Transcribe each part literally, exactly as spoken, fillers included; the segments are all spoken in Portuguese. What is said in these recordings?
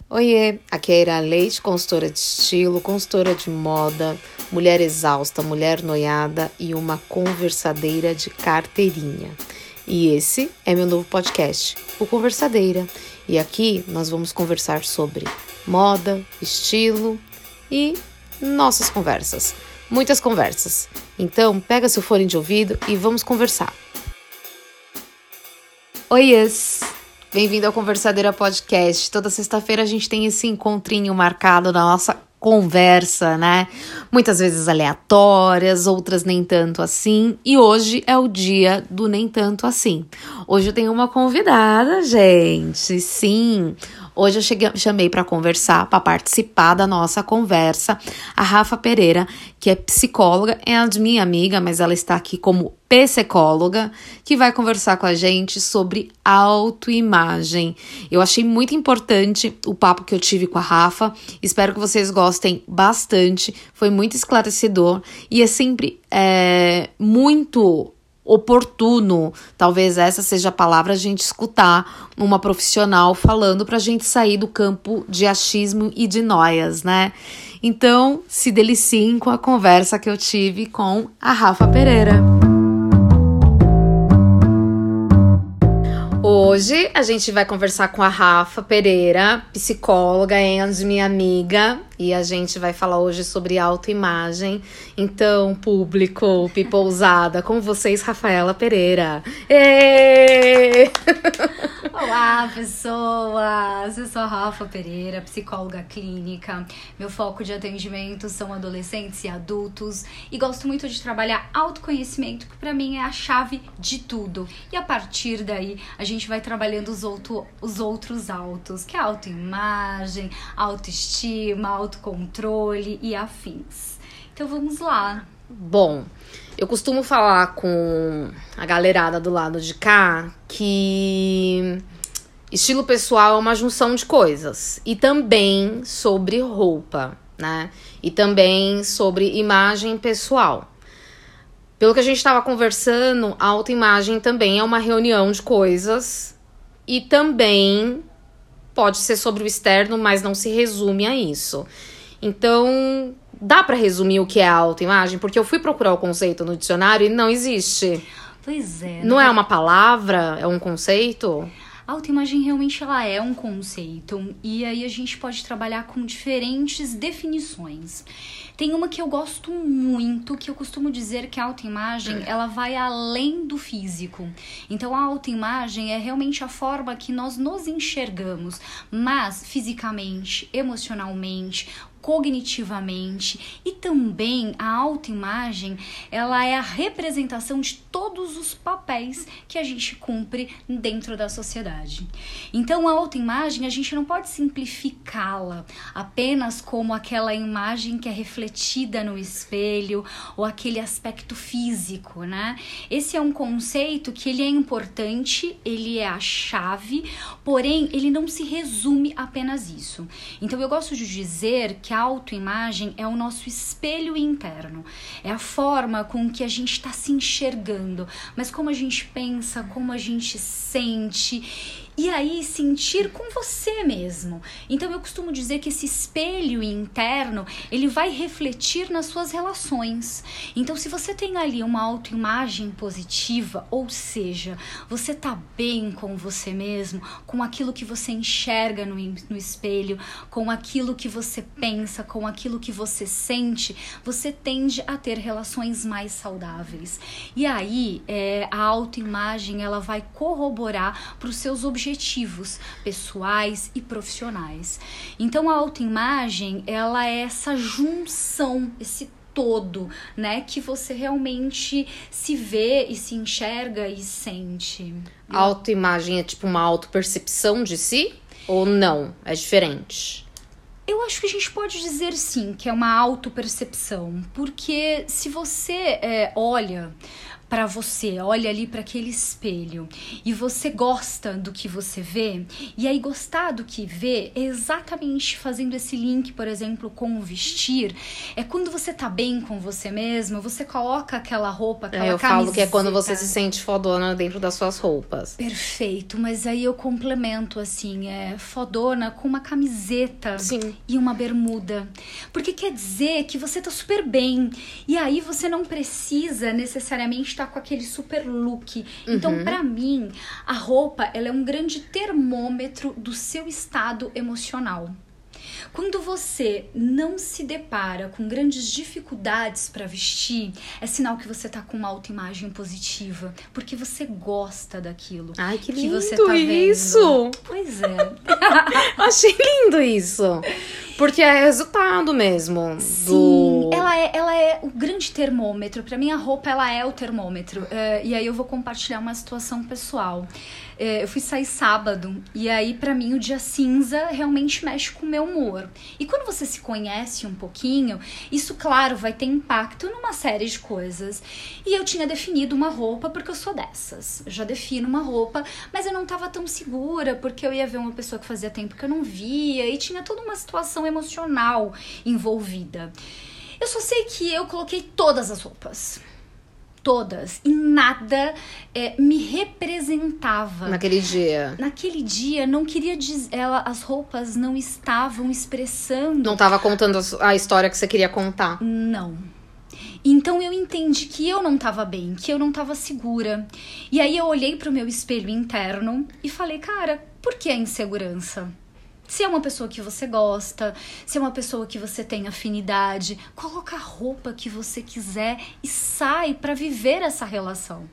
Oiê, aqui é a Ira Leite, consultora de estilo, consultora de moda, mulher exausta, mulher noiada e uma conversadeira de carteirinha. E esse é meu novo podcast, o Conversadeira. E aqui nós vamos conversar sobre moda, estilo e nossas conversas. Muitas conversas. Então, pega seu fone de ouvido e vamos conversar. Oiês! Bem-vindo ao Conversadeira Podcast. Toda sexta-feira a gente tem esse encontrinho marcado na nossa conversa, né? Muitas vezes aleatórias, outras nem tanto assim. E hoje é o dia do nem tanto assim. Hoje eu tenho uma convidada, gente. Sim, hoje eu cheguei, chamei para conversar, para participar da nossa conversa, a Rafa Pereira, que é psicóloga, é minha amiga, mas ela está aqui como psicóloga, que vai conversar com a gente sobre autoimagem. Eu achei muito importante o papo que eu tive com a Rafa, espero que vocês gostem bastante, foi muito esclarecedor e é sempre é, muito oportuno, talvez essa seja a palavra, a gente escutar uma profissional falando pra gente sair do campo de achismo e de noias, né? Então, se deliciem com a conversa que eu tive com a Rafa Pereira. Hoje a gente vai conversar com a Rafa Pereira, psicóloga, é minha amiga, e a gente vai falar hoje sobre autoimagem. Então, público, pipousada, com vocês, Rafaela Pereira. Êêêê! Olá, pessoas! Eu sou a Rafa Pereira, psicóloga clínica. Meu foco de atendimento são adolescentes e adultos e gosto muito de trabalhar autoconhecimento, que para mim é a chave de tudo. E a partir daí, a gente vai trabalhando os, outro, os outros autos, que é a autoimagem, autoestima, autocontrole e afins. Então vamos lá. Bom, eu costumo falar com a galerada do lado de cá que estilo pessoal é uma junção de coisas. E também sobre roupa, né? E também sobre imagem pessoal. Pelo que a gente estava conversando, a autoimagem também é uma reunião de coisas. E também pode ser sobre o externo, mas não se resume a isso. Então, dá para resumir o que é a autoimagem? Porque eu fui procurar o conceito no dicionário e não existe. Pois é. Não é uma palavra? É um conceito? A autoimagem realmente ela é um conceito. E aí a gente pode trabalhar com diferentes definições. Tem uma que eu gosto muito, que eu costumo dizer que a autoimagem, ela vai além do físico. Então, a autoimagem é realmente a forma que nós nos enxergamos, mas fisicamente, emocionalmente, cognitivamente, e também a autoimagem, ela é a representação de todos os papéis que a gente cumpre dentro da sociedade. Então, a autoimagem, a gente não pode simplificá-la apenas como aquela imagem que é refletida no espelho ou aquele aspecto físico, né? Esse é um conceito que ele é importante, ele é a chave, porém, ele não se resume apenas isso. Então, eu gosto de dizer que a autoimagem é o nosso espelho interno, é a forma com que a gente está se enxergando, mas como a gente pensa, como a gente sente, e aí sentir com você mesmo. Então eu costumo dizer que esse espelho interno, ele vai refletir nas suas relações. Então se você tem ali uma autoimagem positiva, ou seja, você tá bem com você mesmo, com aquilo que você enxerga no, no espelho, com aquilo que você pensa, com aquilo que você sente, você tende a ter relações mais saudáveis. E aí é, a autoimagem, ela vai corroborar para os seus objetivos objetivos pessoais e profissionais. Então a autoimagem, ela é essa junção, esse todo, né, que você realmente se vê e se enxerga e sente. A autoimagem é tipo uma autopercepção de si ou não? É diferente? Eu acho que a gente pode dizer sim que é uma autopercepção, porque se você é, olha pra você, olha ali para aquele espelho e você gosta do que você vê, e aí gostar do que vê é exatamente fazendo esse link, por exemplo, com o vestir, é quando você tá bem com você mesmo, você coloca aquela roupa, aquela é, eu camiseta. falo que é quando você se sente fodona dentro das suas roupas. Perfeito, mas aí eu complemento assim, é fodona com uma camiseta. Sim. E uma bermuda, porque quer dizer que você tá super bem, e aí você não precisa necessariamente estar com aquele super look. Então, Uhum. pra mim, a roupa, ela é um grande termômetro do seu estado emocional. Quando você não se depara com grandes dificuldades para vestir, é sinal que você tá com uma autoimagem positiva, porque você gosta daquilo. Ai, que que lindo você tá isso! vendo. Pois é. Achei lindo isso. Porque é resultado mesmo. Sim, do... ela é, ela é o grande termômetro. Pra mim, a roupa, ela é o termômetro. É, e aí eu vou compartilhar uma situação pessoal. É, eu fui sair sábado, e aí pra mim o dia cinza realmente mexe com o meu humor. E quando você se conhece um pouquinho, isso, claro, vai ter impacto numa série de coisas. E eu tinha definido uma roupa, porque eu sou dessas. Eu já defino uma roupa, mas eu não tava tão segura, porque eu ia ver uma pessoa que fazia tempo que eu não via, e tinha toda uma situação emocional envolvida. Eu só sei que eu coloquei todas as roupas. Todas. E nada é, me representava. Naquele dia. Naquele dia, não queria dizer... Ela, as roupas não estavam expressando... Não tava contando a história que você queria contar. Não. Então eu entendi que eu não tava bem, que eu não tava segura. E aí eu olhei pro meu espelho interno e falei, cara, por que a insegurança? Se é uma pessoa que você gosta, se é uma pessoa que você tem afinidade, coloca a roupa que você quiser e sai pra viver essa relação.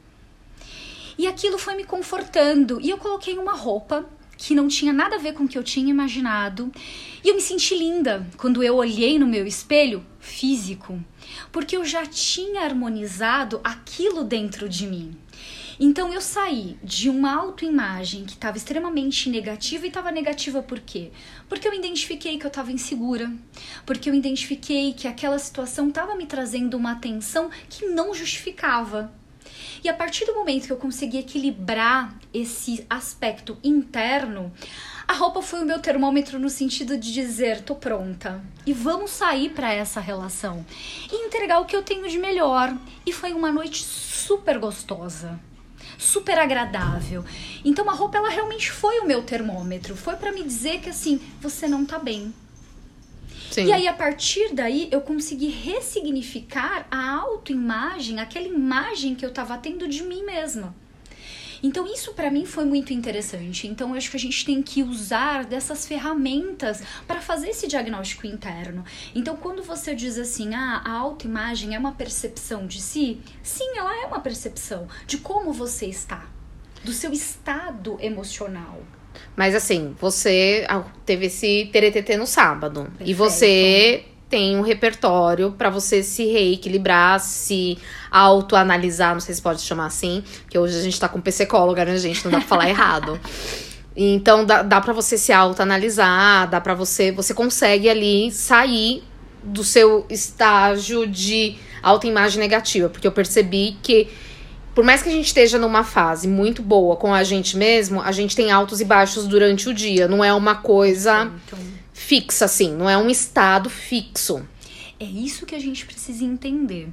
E aquilo foi me confortando. E eu coloquei uma roupa que não tinha nada a ver com o que eu tinha imaginado. E eu me senti linda quando eu olhei no meu espelho físico, porque eu já tinha harmonizado aquilo dentro de mim. Então eu saí de uma autoimagem que estava extremamente negativa, e estava negativa por quê? Porque eu identifiquei que eu estava insegura, porque eu identifiquei que aquela situação estava me trazendo uma atenção que não justificava. E a partir do momento que eu consegui equilibrar esse aspecto interno, a roupa foi o meu termômetro no sentido de dizer, tô pronta e vamos sair para essa relação e entregar o que eu tenho de melhor. E foi uma noite super gostosa, super agradável. Então a roupa, ela realmente foi o meu termômetro, foi para me dizer que assim, você não tá bem. Sim. E aí, a partir daí, eu consegui ressignificar a autoimagem, aquela imagem que eu tava tendo de mim mesma. Então, isso pra mim foi muito interessante. Então, eu acho que a gente tem que usar dessas ferramentas para fazer esse diagnóstico interno. Então, quando você diz assim, ah, a autoimagem é uma percepção de si, sim, ela é uma percepção de como você está, do seu estado emocional. Mas assim, você teve esse teretetê no sábado. Perfeito. E você tem um repertório pra você se reequilibrar, se autoanalisar, não sei se pode chamar assim, que hoje a gente tá com psicóloga, né, gente? Não dá pra falar errado. Então, dá, dá pra você se autoanalisar, dá pra você... Você consegue ali sair do seu estágio de autoimagem negativa. Porque eu percebi que, por mais que a gente esteja numa fase muito boa com a gente mesmo, a gente tem altos e baixos durante o dia. Não é uma coisa então, fixa, assim. Não é um estado fixo. É isso que a gente precisa entender.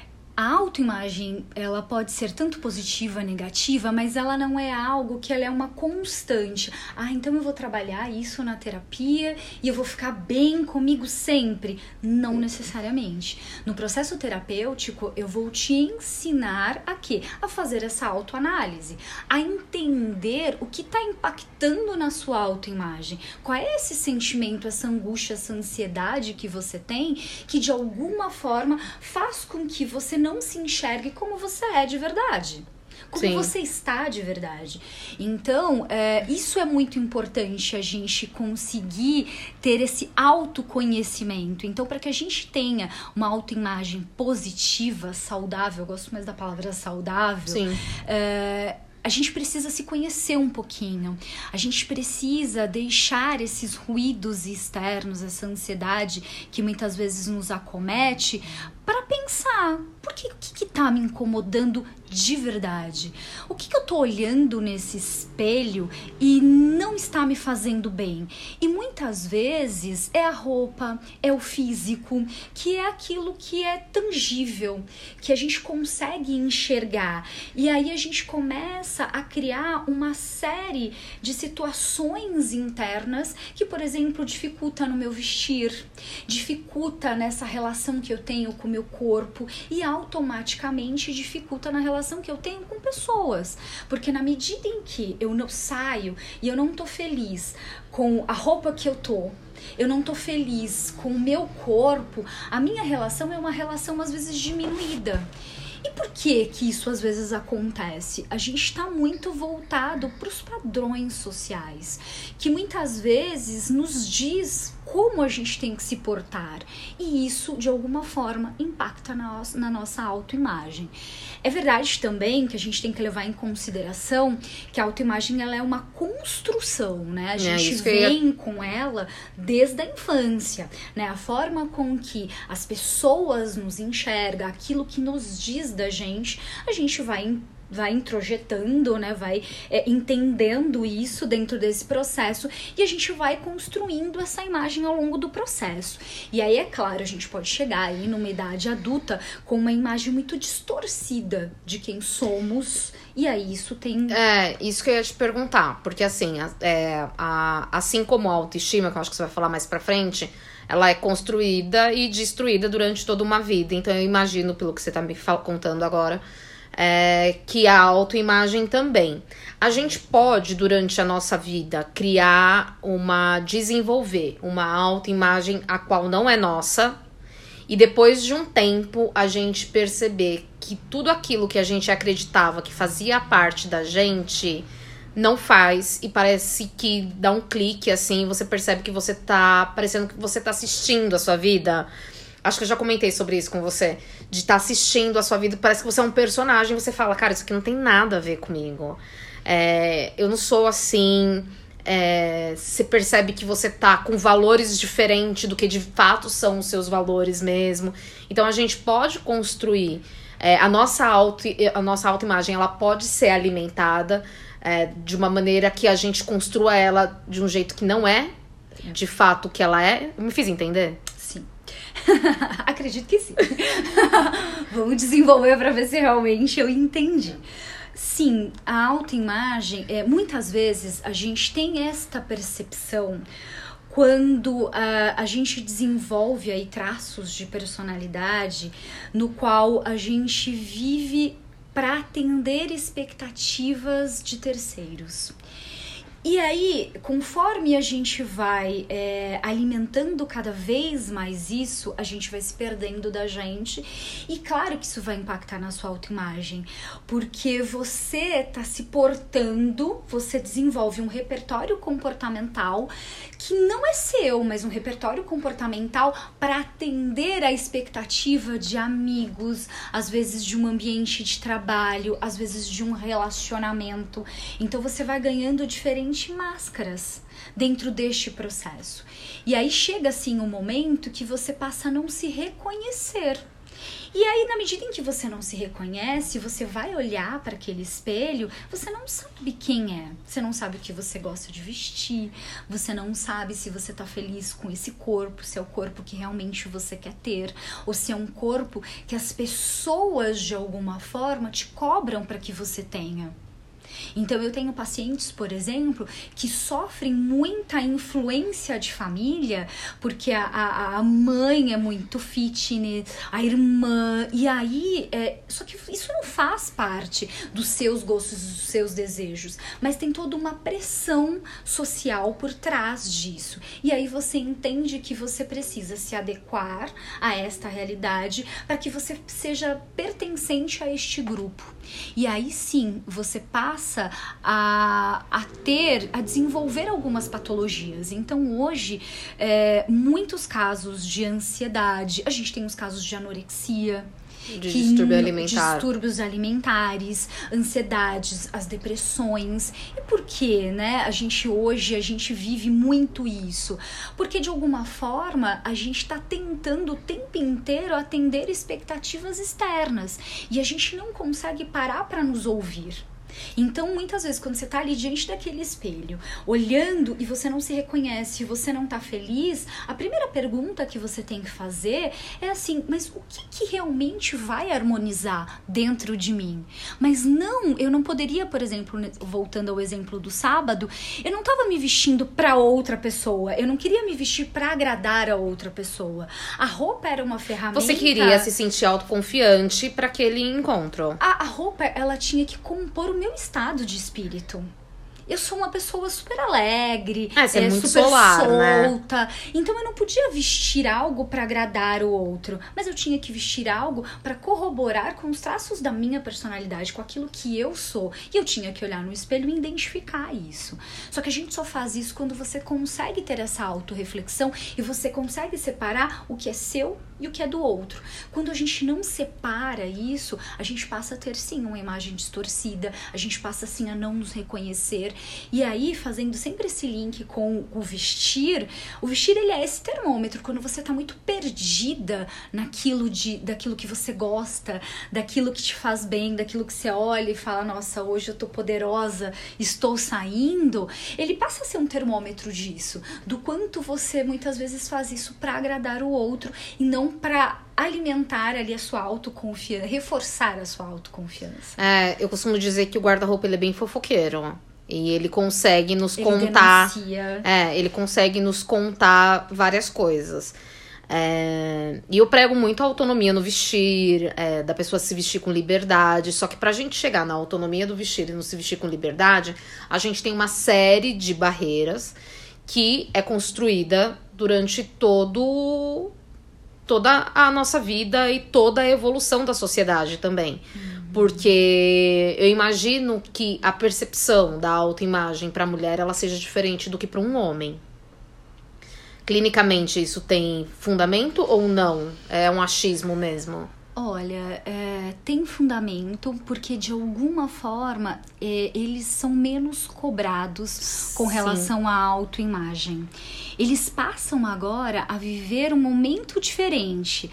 A autoimagem, ela pode ser tanto positiva, negativa, mas ela não é algo que ela é uma constante. Ah, então eu vou trabalhar isso na terapia e eu vou ficar bem comigo sempre. Não necessariamente. No processo terapêutico, eu vou te ensinar a quê? A fazer essa autoanálise, a entender o que está impactando na sua autoimagem. Qual é esse sentimento, essa angústia, essa ansiedade que você tem, que de alguma forma faz com que você não se enxergue como você é de verdade. Como Sim. você está de verdade. Então, é, isso é muito importante, a gente conseguir ter esse autoconhecimento. Então, para que a gente tenha uma autoimagem positiva, saudável, eu gosto mais da palavra saudável, Sim. É, a gente precisa se conhecer um pouquinho. A gente precisa deixar esses ruídos externos, essa ansiedade que muitas vezes nos acomete, para pensar, por que, o que que tá me incomodando de verdade? O que que eu tô olhando nesse espelho e não está me fazendo bem? E muitas vezes é a roupa, é o físico, que é aquilo que é tangível, que a gente consegue enxergar. E aí a gente começa a criar uma série de situações internas que, por exemplo, dificulta no meu vestir, dificulta nessa relação que eu tenho com o meu corpo e automaticamente dificulta na relação que eu tenho com pessoas, porque na medida em que eu não saio e eu não tô feliz com a roupa que eu tô, eu não tô feliz com o meu corpo, a minha relação é uma relação às vezes diminuída. E por que que isso às vezes acontece? A gente está muito voltado para os padrões sociais, que muitas vezes nos diz como a gente tem que se portar. E isso, de alguma forma, impacta na, na nossa autoimagem. É verdade também que a gente tem que levar em consideração que a autoimagem ela é uma construção, né? A gente é vem ia... com ela desde a infância, né? A forma com que as pessoas nos enxergam, aquilo que nos diz da gente, a gente vai vai introjetando, né, vai é, entendendo isso dentro desse processo e a gente vai construindo essa imagem ao longo do processo. E aí, é claro, a gente pode chegar aí numa idade adulta com uma imagem muito distorcida de quem somos e aí isso tem... É, isso que eu ia te perguntar, porque assim, é, a, assim como a autoestima, que eu acho que você vai falar mais pra frente, ela é construída e destruída durante toda uma vida. Então eu imagino, pelo que você tá me contando agora, É, que a autoimagem também. A gente pode, durante a nossa vida, criar uma, desenvolver uma autoimagem a qual não é nossa, e depois de um tempo a gente perceber que tudo aquilo que a gente acreditava que fazia parte da gente não faz, e parece que dá um clique assim, você percebe que você tá, parecendo que você tá assistindo a sua vida. Acho que eu já comentei sobre isso com você. De estar tá assistindo a sua vida. Parece que você é um personagem. Você fala, cara, isso aqui não tem nada a ver comigo. É, eu não sou assim. É, você percebe que você tá com valores diferentes do que de fato são os seus valores mesmo. Então a gente pode construir. É, a nossa auto, a nossa autoimagem, ela pode ser alimentada é, de uma maneira que a gente construa ela de um jeito que não é de fato o que ela é. Eu me fiz entender? Acredito que sim. Vamos desenvolver para ver se realmente eu entendi. Sim, a autoimagem, é, muitas vezes a gente tem esta percepção quando a, a gente desenvolve aí traços de personalidade no qual a gente vive para atender expectativas de terceiros. E aí, conforme a gente vai é, alimentando cada vez mais isso, a gente vai se perdendo da gente. E claro que isso vai impactar na sua autoimagem, porque você tá se portando, você desenvolve um repertório comportamental que não é seu, mas um repertório comportamental para atender a expectativa de amigos, às vezes de um ambiente de trabalho, às vezes de um relacionamento. Então você vai ganhando diferentes máscaras dentro deste processo. E aí chega assim um momento que você passa a não se reconhecer. E aí, na medida em que você não se reconhece, você vai olhar para aquele espelho, você não sabe quem é. Você não sabe o que você gosta de vestir, você não sabe se você tá feliz com esse corpo, se é o corpo que realmente você quer ter, ou se é um corpo que as pessoas, de alguma forma, te cobram para que você tenha. Então eu tenho pacientes, por exemplo, que sofrem muita influência de família, porque a, a, a mãe é muito fitness, a irmã, e aí, é, só que isso não faz parte dos seus gostos, dos seus desejos, mas tem toda uma pressão social por trás disso. E aí você entende que você precisa se adequar a esta realidade para que você seja pertencente a este grupo. E aí sim, você passa a, a ter, a desenvolver algumas patologias. Então hoje, é, muitos casos de ansiedade, a gente tem os casos de anorexia, De distúrbio alimentar. Distúrbios alimentares, ansiedades, as depressões. E por quê, né? A gente hoje, a gente vive muito isso. Porque de alguma forma, a gente tá tentando o tempo inteiro atender expectativas externas. E a gente não consegue parar para nos ouvir. Então, muitas vezes, quando você tá ali diante daquele espelho, olhando e você não se reconhece, você não tá feliz, a primeira pergunta que você tem que fazer é assim, mas o que que realmente vai harmonizar dentro de mim? Mas não, eu não poderia, por exemplo, voltando ao exemplo do sábado, eu não tava me vestindo pra outra pessoa, eu não queria me vestir pra agradar a outra pessoa. A roupa era uma ferramenta... Você queria se sentir autoconfiante pra aquele encontro. A, a roupa, ela tinha que compor o meu estado de espírito. Eu sou uma pessoa super alegre, é, você é, é muito super solar, solta. Né? Então eu não podia vestir algo para agradar o outro, mas eu tinha que vestir algo para corroborar com os traços da minha personalidade, com aquilo que eu sou. E eu tinha que olhar no espelho e identificar isso. Só que a gente só faz isso quando você consegue ter essa autorreflexão e você consegue separar o que é seu e o que é do outro. Quando a gente não separa isso, a gente passa a ter sim uma imagem distorcida, a gente passa assim a não nos reconhecer. E aí, fazendo sempre esse link com o vestir, o vestir ele é esse termômetro, quando você tá muito perdida naquilo, de, daquilo que você gosta, daquilo que te faz bem, daquilo que você olha e fala, nossa, hoje eu tô poderosa, estou saindo, ele passa a ser um termômetro disso, do quanto você muitas vezes faz isso pra agradar o outro e não pra alimentar ali a sua autoconfiança, reforçar a sua autoconfiança. É, eu costumo dizer que o guarda-roupa ele é bem fofoqueiro. E ele consegue nos ele contar. Denuncia. É, ele consegue nos contar várias coisas. É, e eu prego muito a autonomia no vestir, é, da pessoa se vestir com liberdade. Só que pra gente chegar na autonomia do vestir e não se vestir com liberdade, a gente tem uma série de barreiras que é construída durante todo, toda a nossa vida e toda a evolução da sociedade também. Hum. Porque eu imagino que a percepção da autoimagem para a mulher ela seja diferente do que para um homem. Clinicamente isso tem fundamento ou não? É um achismo mesmo? Olha, é, tem fundamento porque de alguma forma é, eles são menos cobrados com relação Sim. à autoimagem. Eles passam agora a viver um momento diferente,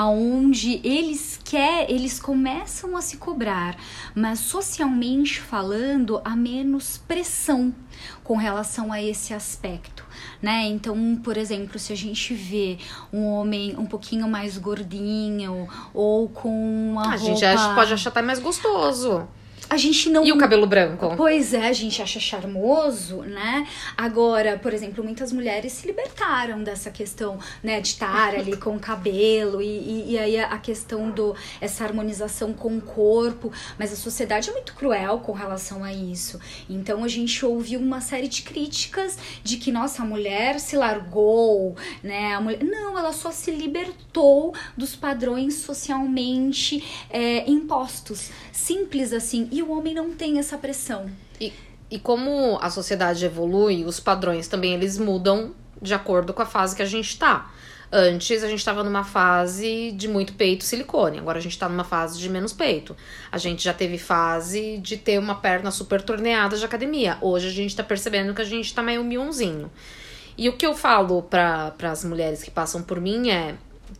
aonde eles quer, eles começam a se cobrar, mas socialmente falando, há menos pressão com relação a esse aspecto, né? Então, por exemplo, se a gente vê um homem um pouquinho mais gordinho ou com uma a roupa... gente acha, pode achar até mais gostoso. A gente não... E o cabelo branco? Pois é, a gente acha charmoso, né? Agora, por exemplo, muitas mulheres se libertaram dessa questão, né? De estar ali com o cabelo e, e, e aí a questão do essa harmonização com o corpo. Mas a sociedade é muito cruel com relação a isso. Então, a gente ouviu uma série de críticas de que, nossa, a mulher se largou, né? A mulher... Não, ela só se libertou dos padrões socialmente é, impostos. Simples assim. E o homem não tem essa pressão. E, e como a sociedade evolui, os padrões também eles mudam de acordo com a fase que a gente tá. Antes a gente tava numa fase de muito peito e silicone. Agora a gente tá numa fase de menos peito. A gente já teve fase de ter uma perna super torneada de academia. Hoje a gente tá percebendo que a gente tá meio mionzinho. E o que eu falo para as mulheres que passam por mim é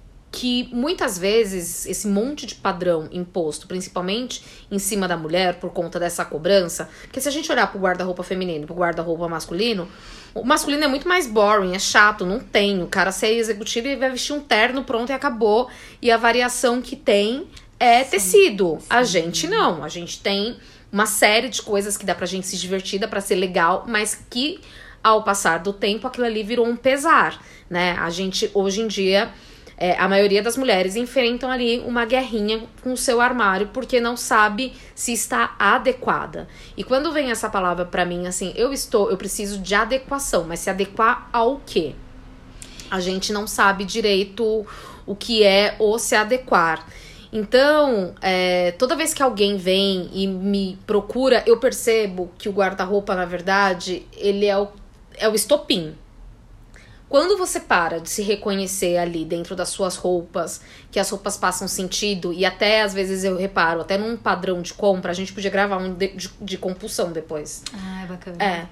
que muitas vezes esse monte de padrão imposto, principalmente em cima da mulher, por conta dessa cobrança, porque se a gente olhar pro guarda-roupa feminino e pro guarda-roupa masculino, o masculino é muito mais boring, é chato, não tem. O cara ser executivo e vai vestir um terno, pronto, e acabou. E a variação que tem é sim, tecido. Sim. A gente não, a gente tem uma série de coisas que dá pra gente se divertir, dá pra ser legal, mas que ao passar do tempo aquilo ali virou um pesar, né? A gente, hoje em dia... É, a maioria das mulheres enfrentam ali uma guerrinha com o seu armário porque não sabe se está adequada. E quando vem essa palavra pra mim, assim, eu estou, eu preciso de adequação, mas se adequar ao quê? A gente não sabe direito o que é ou se adequar. Então, é, toda vez que alguém vem e me procura, eu percebo que o guarda-roupa, na verdade, ele é o, é o estopim. Quando você para de se reconhecer ali dentro das suas roupas, que as roupas passam sentido, e até às vezes eu reparo, até num padrão de compra, a gente podia gravar um de, de, de compulsão depois. Ah, é bacana. É,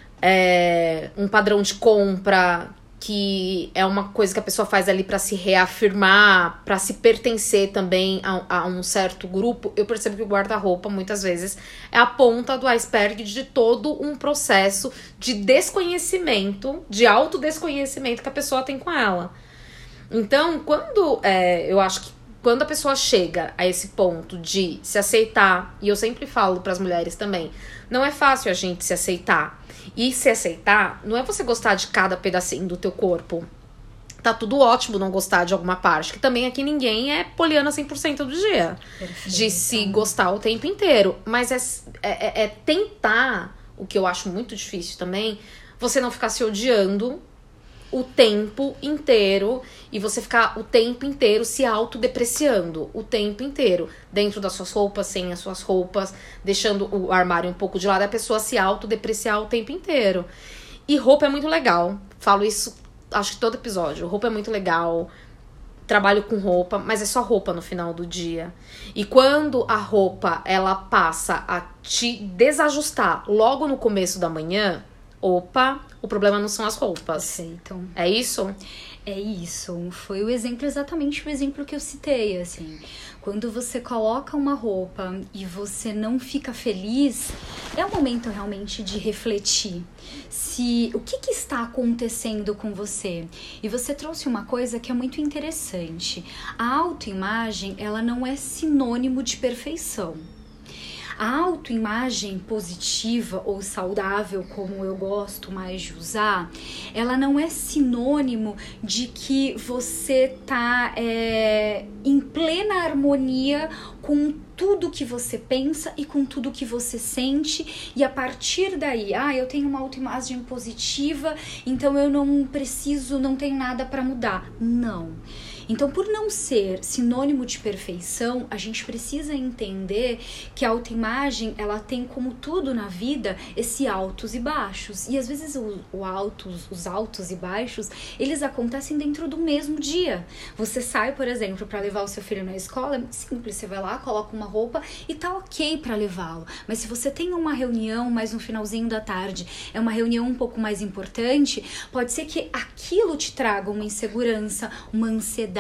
é. Um padrão de compra que é uma coisa que a pessoa faz ali pra se reafirmar, pra se pertencer também a, a um certo grupo. Eu percebo que o guarda-roupa, muitas vezes, é a ponta do iceberg de todo um processo de desconhecimento, de autodesconhecimento que a pessoa tem com ela. Então, quando é, eu acho que quando a pessoa chega a esse ponto de se aceitar, e eu sempre falo pras mulheres também, não é fácil a gente se aceitar. E se aceitar, não é você gostar de cada pedacinho do teu corpo. Tá tudo ótimo não gostar de alguma parte. Que também aqui ninguém é poliana cem por cento do dia. Perfeito. De se gostar o tempo inteiro. Mas é, é, é tentar, o que eu acho muito difícil também, você não ficar se odiando o tempo inteiro e você ficar o tempo inteiro se autodepreciando o tempo inteiro, dentro das suas roupas, sem as suas roupas, deixando o armário um pouco de lado, a pessoa se autodepreciar o tempo inteiro. E roupa é muito legal, falo isso acho que todo episódio, roupa é muito legal, trabalho com roupa, mas é só roupa no final do dia. E quando a roupa ela passa a te desajustar logo no começo da manhã, opa, o problema não são as roupas. Perfeito. É isso? É isso. Foi o exemplo, exatamente o exemplo que eu citei, assim. Quando você coloca uma roupa e você não fica feliz, é o momento realmente de refletir. Se o que, que está acontecendo com você? E você trouxe uma coisa que é muito interessante. A autoimagem, ela não é sinônimo de perfeição. A autoimagem positiva ou saudável, como eu gosto mais de usar, ela não é sinônimo de que você tá é, em plena harmonia com tudo que você pensa e com tudo que você sente, e a partir daí, ah, eu tenho uma autoimagem positiva, então eu não preciso, não tenho nada para mudar. Não. Então, por não ser sinônimo de perfeição, a gente precisa entender que a autoimagem, ela tem, como tudo na vida, esse altos e baixos. E às vezes o, o altos, os altos e baixos, eles acontecem dentro do mesmo dia. Você sai, por exemplo, para levar o seu filho na escola, é muito simples, você vai lá, coloca uma roupa e tá ok para levá-lo. Mas se você tem uma reunião mais no finalzinho da tarde, é uma reunião um pouco mais importante, pode ser que aquilo te traga uma insegurança, uma ansiedade,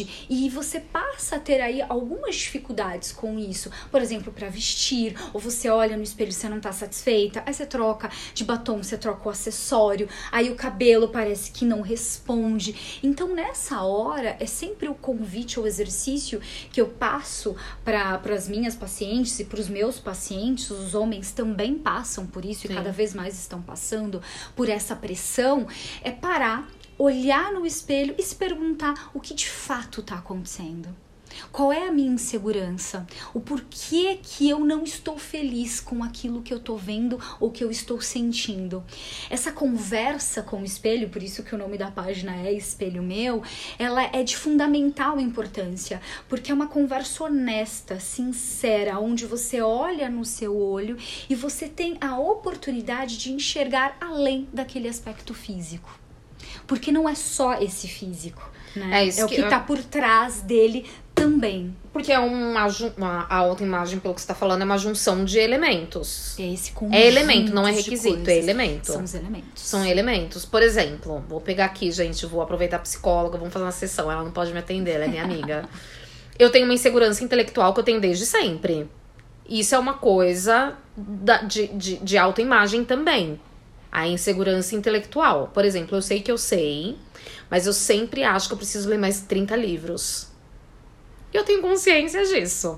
e você passa a ter aí algumas dificuldades com isso. Por exemplo, para vestir, ou você olha no espelho e você não tá satisfeita, aí você troca de batom, você troca o acessório, aí o cabelo parece que não responde. Então, nessa hora, é sempre o convite ou exercício que eu passo para as minhas pacientes e para os meus pacientes. Os homens também passam por isso. Sim. E cada vez mais estão passando por essa pressão, é parar, olhar no espelho e se perguntar o que de fato está acontecendo. Qual é a minha insegurança? O porquê que eu não estou feliz com aquilo que eu estou vendo ou que eu estou sentindo? Essa conversa com o espelho, por isso que o nome da página é Espelho Meu, ela é de fundamental importância, porque é uma conversa honesta, sincera, onde você olha no seu olho e você tem a oportunidade de enxergar além daquele aspecto físico. Porque não é só esse físico, né? É, isso é o que, que tá por trás dele também. Porque é uma, uma a autoimagem, pelo que você tá falando, é uma junção de elementos. É esse conjunto. É elemento, não é requisito, é elemento. São os elementos. São elementos. Por exemplo, vou pegar aqui, gente, vou aproveitar a psicóloga, vamos fazer uma sessão, ela não pode me atender, ela é minha amiga. Eu tenho uma insegurança intelectual que eu tenho desde sempre. Isso é uma coisa da, de, de, de autoimagem também. A insegurança intelectual. Por exemplo, eu sei que eu sei, mas eu sempre acho que eu preciso ler mais trinta livros. E eu tenho consciência disso.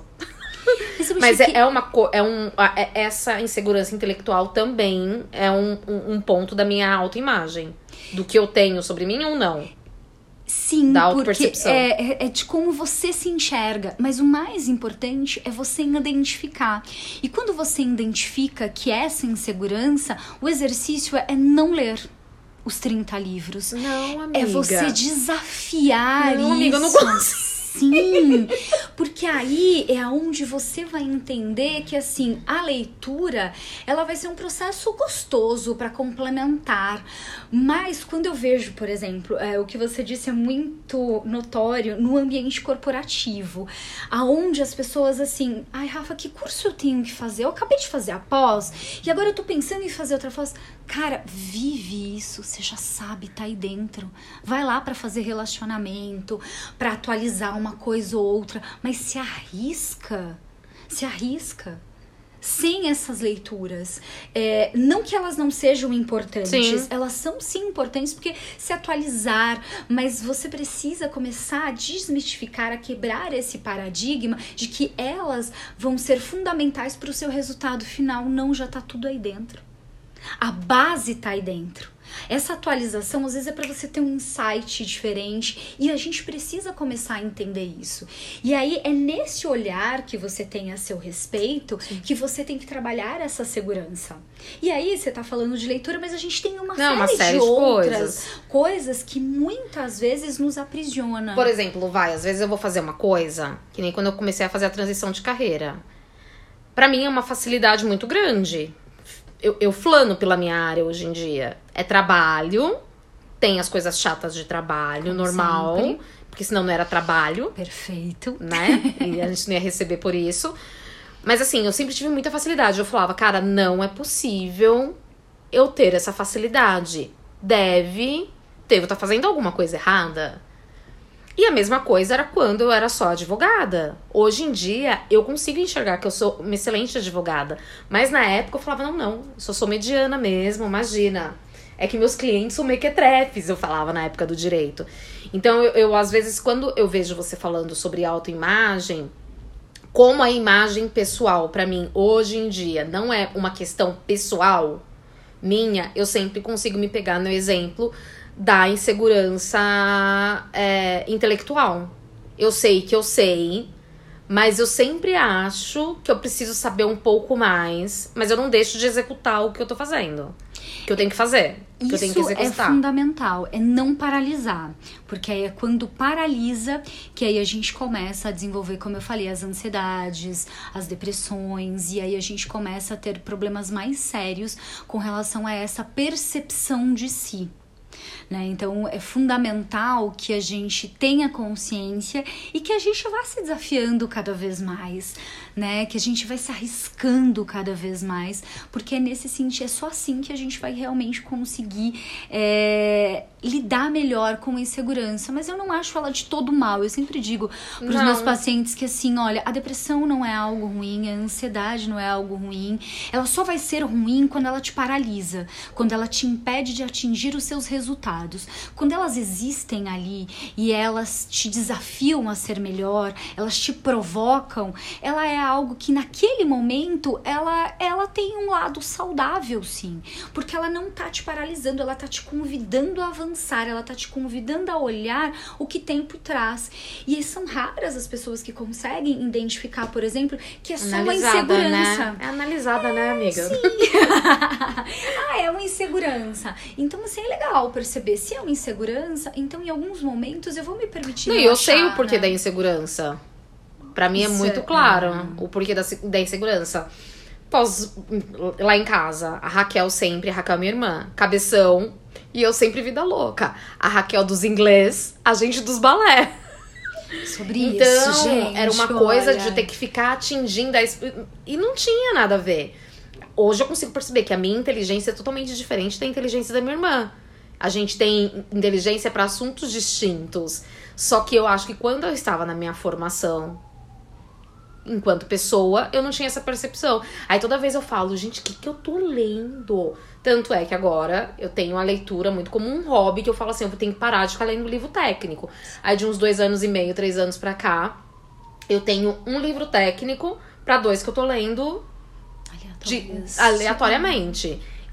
Mas é, que... é uma é um é, essa insegurança intelectual também é um, um, um ponto da minha autoimagem. Do que eu tenho sobre mim ou não. Sim, porque é, é de como você se enxerga. Mas o mais importante é você identificar. E quando você identifica que essa insegurança, o exercício é não ler os trinta livros. Não, amiga. É você desafiar não, isso. Amiga, eu não consigo. Sim, porque aí é onde você vai entender que, assim, a leitura, ela vai ser um processo gostoso para complementar. Mas quando eu vejo, por exemplo, é, o que você disse é muito notório no ambiente corporativo, aonde as pessoas, assim, ai, Rafa, que curso eu tenho que fazer? Eu acabei de fazer a pós e agora eu tô pensando em fazer outra pós. Cara, vive isso, você já sabe, tá aí dentro. Vai lá para fazer relacionamento, para atualizar uma coisa ou outra, mas se arrisca, se arrisca. Sem essas leituras, é, não que elas não sejam importantes, sim. Elas são sim importantes porque se atualizar, mas você precisa começar a desmistificar, a quebrar esse paradigma de que elas vão ser fundamentais para o seu resultado final. Não, já tá tudo aí dentro. A base tá aí dentro. Essa atualização, às vezes, é para você ter um insight diferente e a gente precisa começar a entender isso. E aí, é nesse olhar que você tem a seu respeito, sim, que você tem que trabalhar essa segurança. E aí, você tá falando de leitura, mas a gente tem uma, Não, série, uma série de, de outras coisas. coisas que muitas vezes nos aprisionam. Por exemplo, vai, às vezes eu vou fazer uma coisa, que nem quando eu comecei a fazer a transição de carreira. Pra mim é uma facilidade muito grande. Eu, eu flano pela minha área hoje em dia. É trabalho, tem as coisas chatas de trabalho, Como normal. Sempre. Porque senão não era trabalho. Perfeito. Né? E a gente não ia receber por isso. Mas assim, eu sempre tive muita facilidade. Eu falava, cara, não é possível eu ter essa facilidade. Deve, devo estar fazendo alguma coisa errada. E a mesma coisa era quando eu era só advogada. Hoje em dia, eu consigo enxergar que eu sou uma excelente advogada. Mas na época eu falava, não, não, eu só sou mediana mesmo, imagina. É que meus clientes são mequetrefes, eu falava na época do direito. Então, eu, eu às vezes, quando eu vejo você falando sobre autoimagem, como a imagem pessoal, pra mim, hoje em dia, não é uma questão pessoal minha, eu sempre consigo me pegar no exemplo da insegurança é, intelectual. Eu sei que eu sei, mas eu sempre acho que eu preciso saber um pouco mais, mas eu não deixo de executar o que eu tô fazendo, que eu tenho que fazer, que Isso eu tenho que executar. É fundamental, é não paralisar, porque aí é quando paralisa que aí a gente começa a desenvolver, como eu falei, as ansiedades, as depressões, e aí a gente começa a ter problemas mais sérios com relação a essa percepção de si. Né? Então é fundamental que a gente tenha consciência e que a gente vá se desafiando cada vez mais, né? Que a gente vai se arriscando cada vez mais, porque é nesse sentido, é só assim que a gente vai realmente conseguir é, lidar melhor com a insegurança. Mas eu não acho ela de todo mal. Eu sempre digo para os meus pacientes que assim, olha, a depressão não é algo ruim, a ansiedade não é algo ruim, ela só vai ser ruim quando ela te paralisa, quando ela te impede de atingir os seus resultados. Quando elas existem ali e elas te desafiam a ser melhor, elas te provocam, ela é algo que naquele momento ela, ela tem um lado saudável, sim, porque ela não tá te paralisando, ela tá te convidando a avançar, ela tá te convidando a olhar o que tem por trás. E são raras as pessoas que conseguem identificar, por exemplo, que é só analisada, uma insegurança. Né? É analisada, é, né, amiga? Sim. Ah, é uma insegurança. Então, assim, é legal perceber. Se é uma insegurança, então em alguns momentos eu vou me permitir Não, relaxar, eu sei o porquê, né, da insegurança. Pra mim é Isso muito é, claro é. o porquê da, da insegurança. Pós, lá em casa, a Raquel sempre, a Raquel é minha irmã, cabeção, e eu sempre vida louca. A Raquel dos inglês, a gente dos balé. Sobre então, isso, gente, era uma coisa olha. de ter que ficar atingindo a... E não tinha nada a ver. Hoje eu consigo perceber que a minha inteligência é totalmente diferente da inteligência da minha irmã. A gente tem inteligência para assuntos distintos. Só que eu acho que quando eu estava na minha formação, enquanto pessoa, eu não tinha essa percepção. Aí toda vez eu falo, gente, o que, que eu tô lendo? Tanto é que agora eu tenho a leitura muito como um hobby, que eu falo assim, eu tenho que parar de ficar lendo livro técnico. Aí de uns dois anos e meio, três anos pra cá, eu tenho um livro técnico pra dois que eu tô lendo de, aleatoriamente.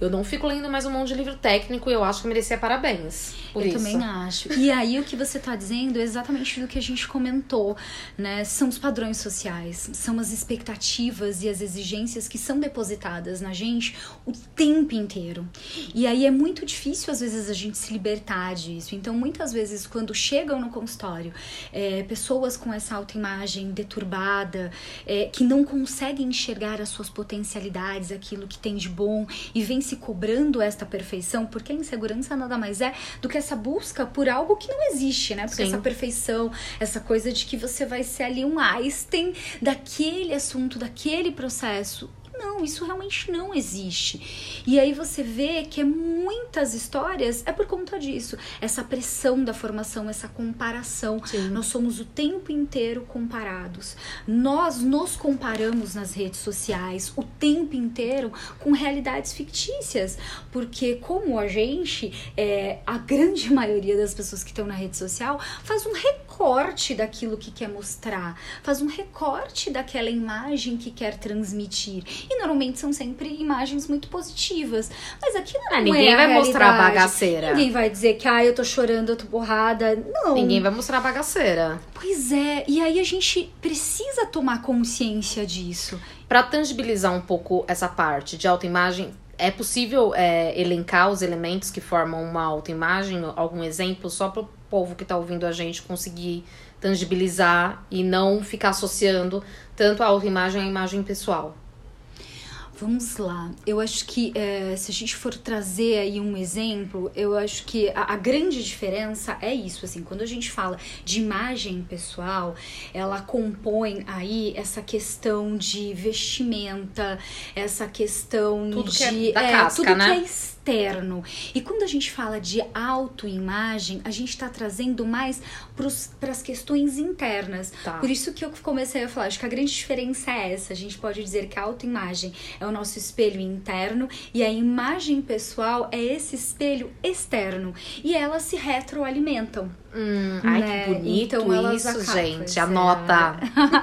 Eu não fico lendo mais um monte de livro técnico e eu acho que merecia parabéns por eu isso. também acho. E aí o que você tá dizendo é exatamente do que a gente comentou, né? São os padrões sociais, são as expectativas e as exigências que são depositadas na gente o tempo inteiro. E aí é muito difícil, às vezes, a gente se libertar disso. Então, muitas vezes, quando chegam no consultório, é, pessoas com essa autoimagem deturbada, é, que não conseguem enxergar as suas potencialidades, aquilo que tem de bom, e vem se cobrando esta perfeição, porque a insegurança nada mais é do que essa busca por algo que não existe, né? Porque Sim. essa perfeição, essa coisa de que você vai ser ali um Einstein daquele assunto, daquele processo. Não, isso realmente não existe. E aí você vê que muitas histórias é por conta disso. Essa pressão da formação, essa comparação. Sim. Nós somos o tempo inteiro comparados. Nós nos comparamos nas redes sociais o tempo inteiro com realidades fictícias. Porque como a gente, é, a grande maioria das pessoas que estão na rede social faz um recorte daquilo que quer mostrar. Faz um recorte daquela imagem que quer transmitir. E normalmente são sempre imagens muito positivas. Mas aquilo não ah, ninguém é vai a mostrar a realidade. bagaceira. Ninguém vai dizer que ah, eu tô chorando, eu tô borrada. Não. Ninguém vai mostrar a bagaceira. Pois é. E aí a gente precisa tomar consciência disso. Pra tangibilizar um pouco essa parte de autoimagem, é possível é, elencar os elementos que formam uma autoimagem? Algum exemplo só pro povo que tá ouvindo a gente conseguir tangibilizar e não ficar associando tanto a autoimagem à imagem pessoal? Vamos lá. Eu acho que é, se a gente for trazer aí um exemplo, eu acho que a, a grande diferença é isso, assim, quando a gente fala de imagem pessoal, ela compõe aí essa questão de vestimenta, essa questão tudo de... que é da é, casca, tudo né? que é externo. E quando a gente fala de autoimagem, a gente tá trazendo mais para as questões internas. Tá. Por isso que eu comecei a falar, acho que a grande diferença é essa. A gente pode dizer que a autoimagem é o nosso espelho interno e a imagem pessoal é esse espelho externo. E elas se retroalimentam. Hum, ai, né? que bonito Então, elas isso, acabam, gente. pois é. Anota.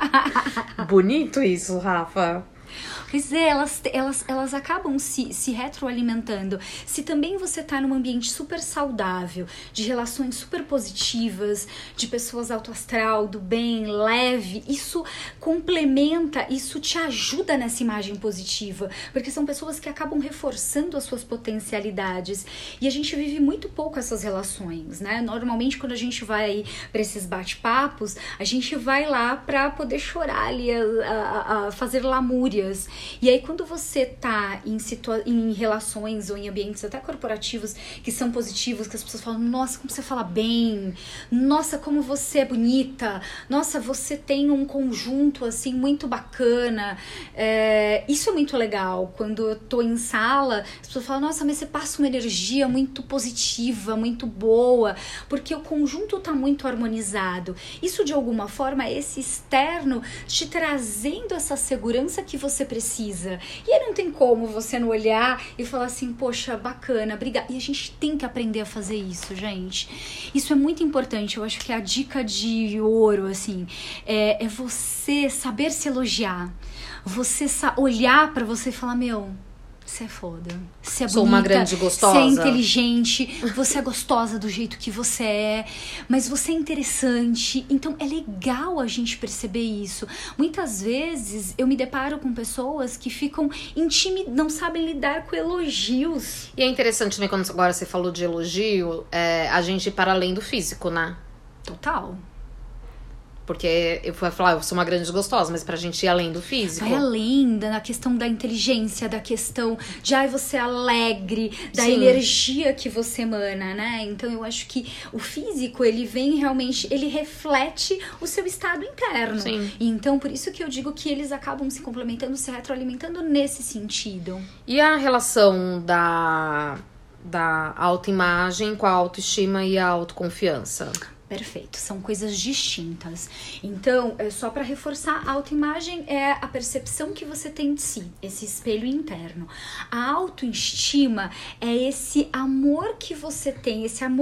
Bonito isso, Rafa. Pois é, elas, elas, elas acabam se, se retroalimentando. Se também você tá num ambiente super saudável, de relações super positivas, de pessoas alto astral, do bem, leve, isso complementa, isso te ajuda nessa imagem positiva, porque são pessoas que acabam reforçando as suas potencialidades. E a gente vive muito pouco essas relações, né? Normalmente, quando a gente vai para esses bate-papos, a gente vai lá para poder chorar ali, a, a, a fazer lamúrias. E aí, quando você tá em, situa- em relações ou em ambientes até corporativos que são positivos, que as pessoas falam, nossa, como você fala bem, nossa, como você é bonita, nossa, você tem um conjunto, assim, muito bacana. É, isso é muito legal. Quando eu tô em sala, as pessoas falam, nossa, mas você passa uma energia muito positiva, muito boa, porque o conjunto tá muito harmonizado. Isso, de alguma forma, é esse externo te trazendo essa segurança que você precisa. E aí não tem como você não olhar e falar assim, poxa, bacana, obrigada. E a gente tem que aprender a fazer isso, gente. Isso é muito importante. Eu acho que a dica de ouro, assim, é, é você saber se elogiar. Você sa- olhar pra você e falar, meu... Você é foda, você é Sou bonita, uma grande gostosa. você é inteligente, você é gostosa do jeito que você é, mas você é interessante. Então é legal a gente perceber isso. Muitas vezes eu me deparo com pessoas que ficam intimidadas, não sabem lidar com elogios. E é interessante, né, quando agora você falou de elogio, é, a gente ir para além do físico, né? Total. Porque eu fui falar, eu sou uma grande gostosa, mas pra gente ir além do físico. Vai além da questão da inteligência, da questão de ai, você é alegre, da Sim. energia que você emana, né? Então eu acho que o físico, ele vem realmente, ele reflete o seu estado interno. Sim. E então, por isso que eu digo que eles acabam se complementando, se retroalimentando nesse sentido. E a relação da, da autoimagem com a autoestima e a autoconfiança? Perfeito, são coisas distintas. Então, é só para reforçar, a autoimagem é a percepção que você tem de si, esse espelho interno. A autoestima é esse amor que você tem, esse amor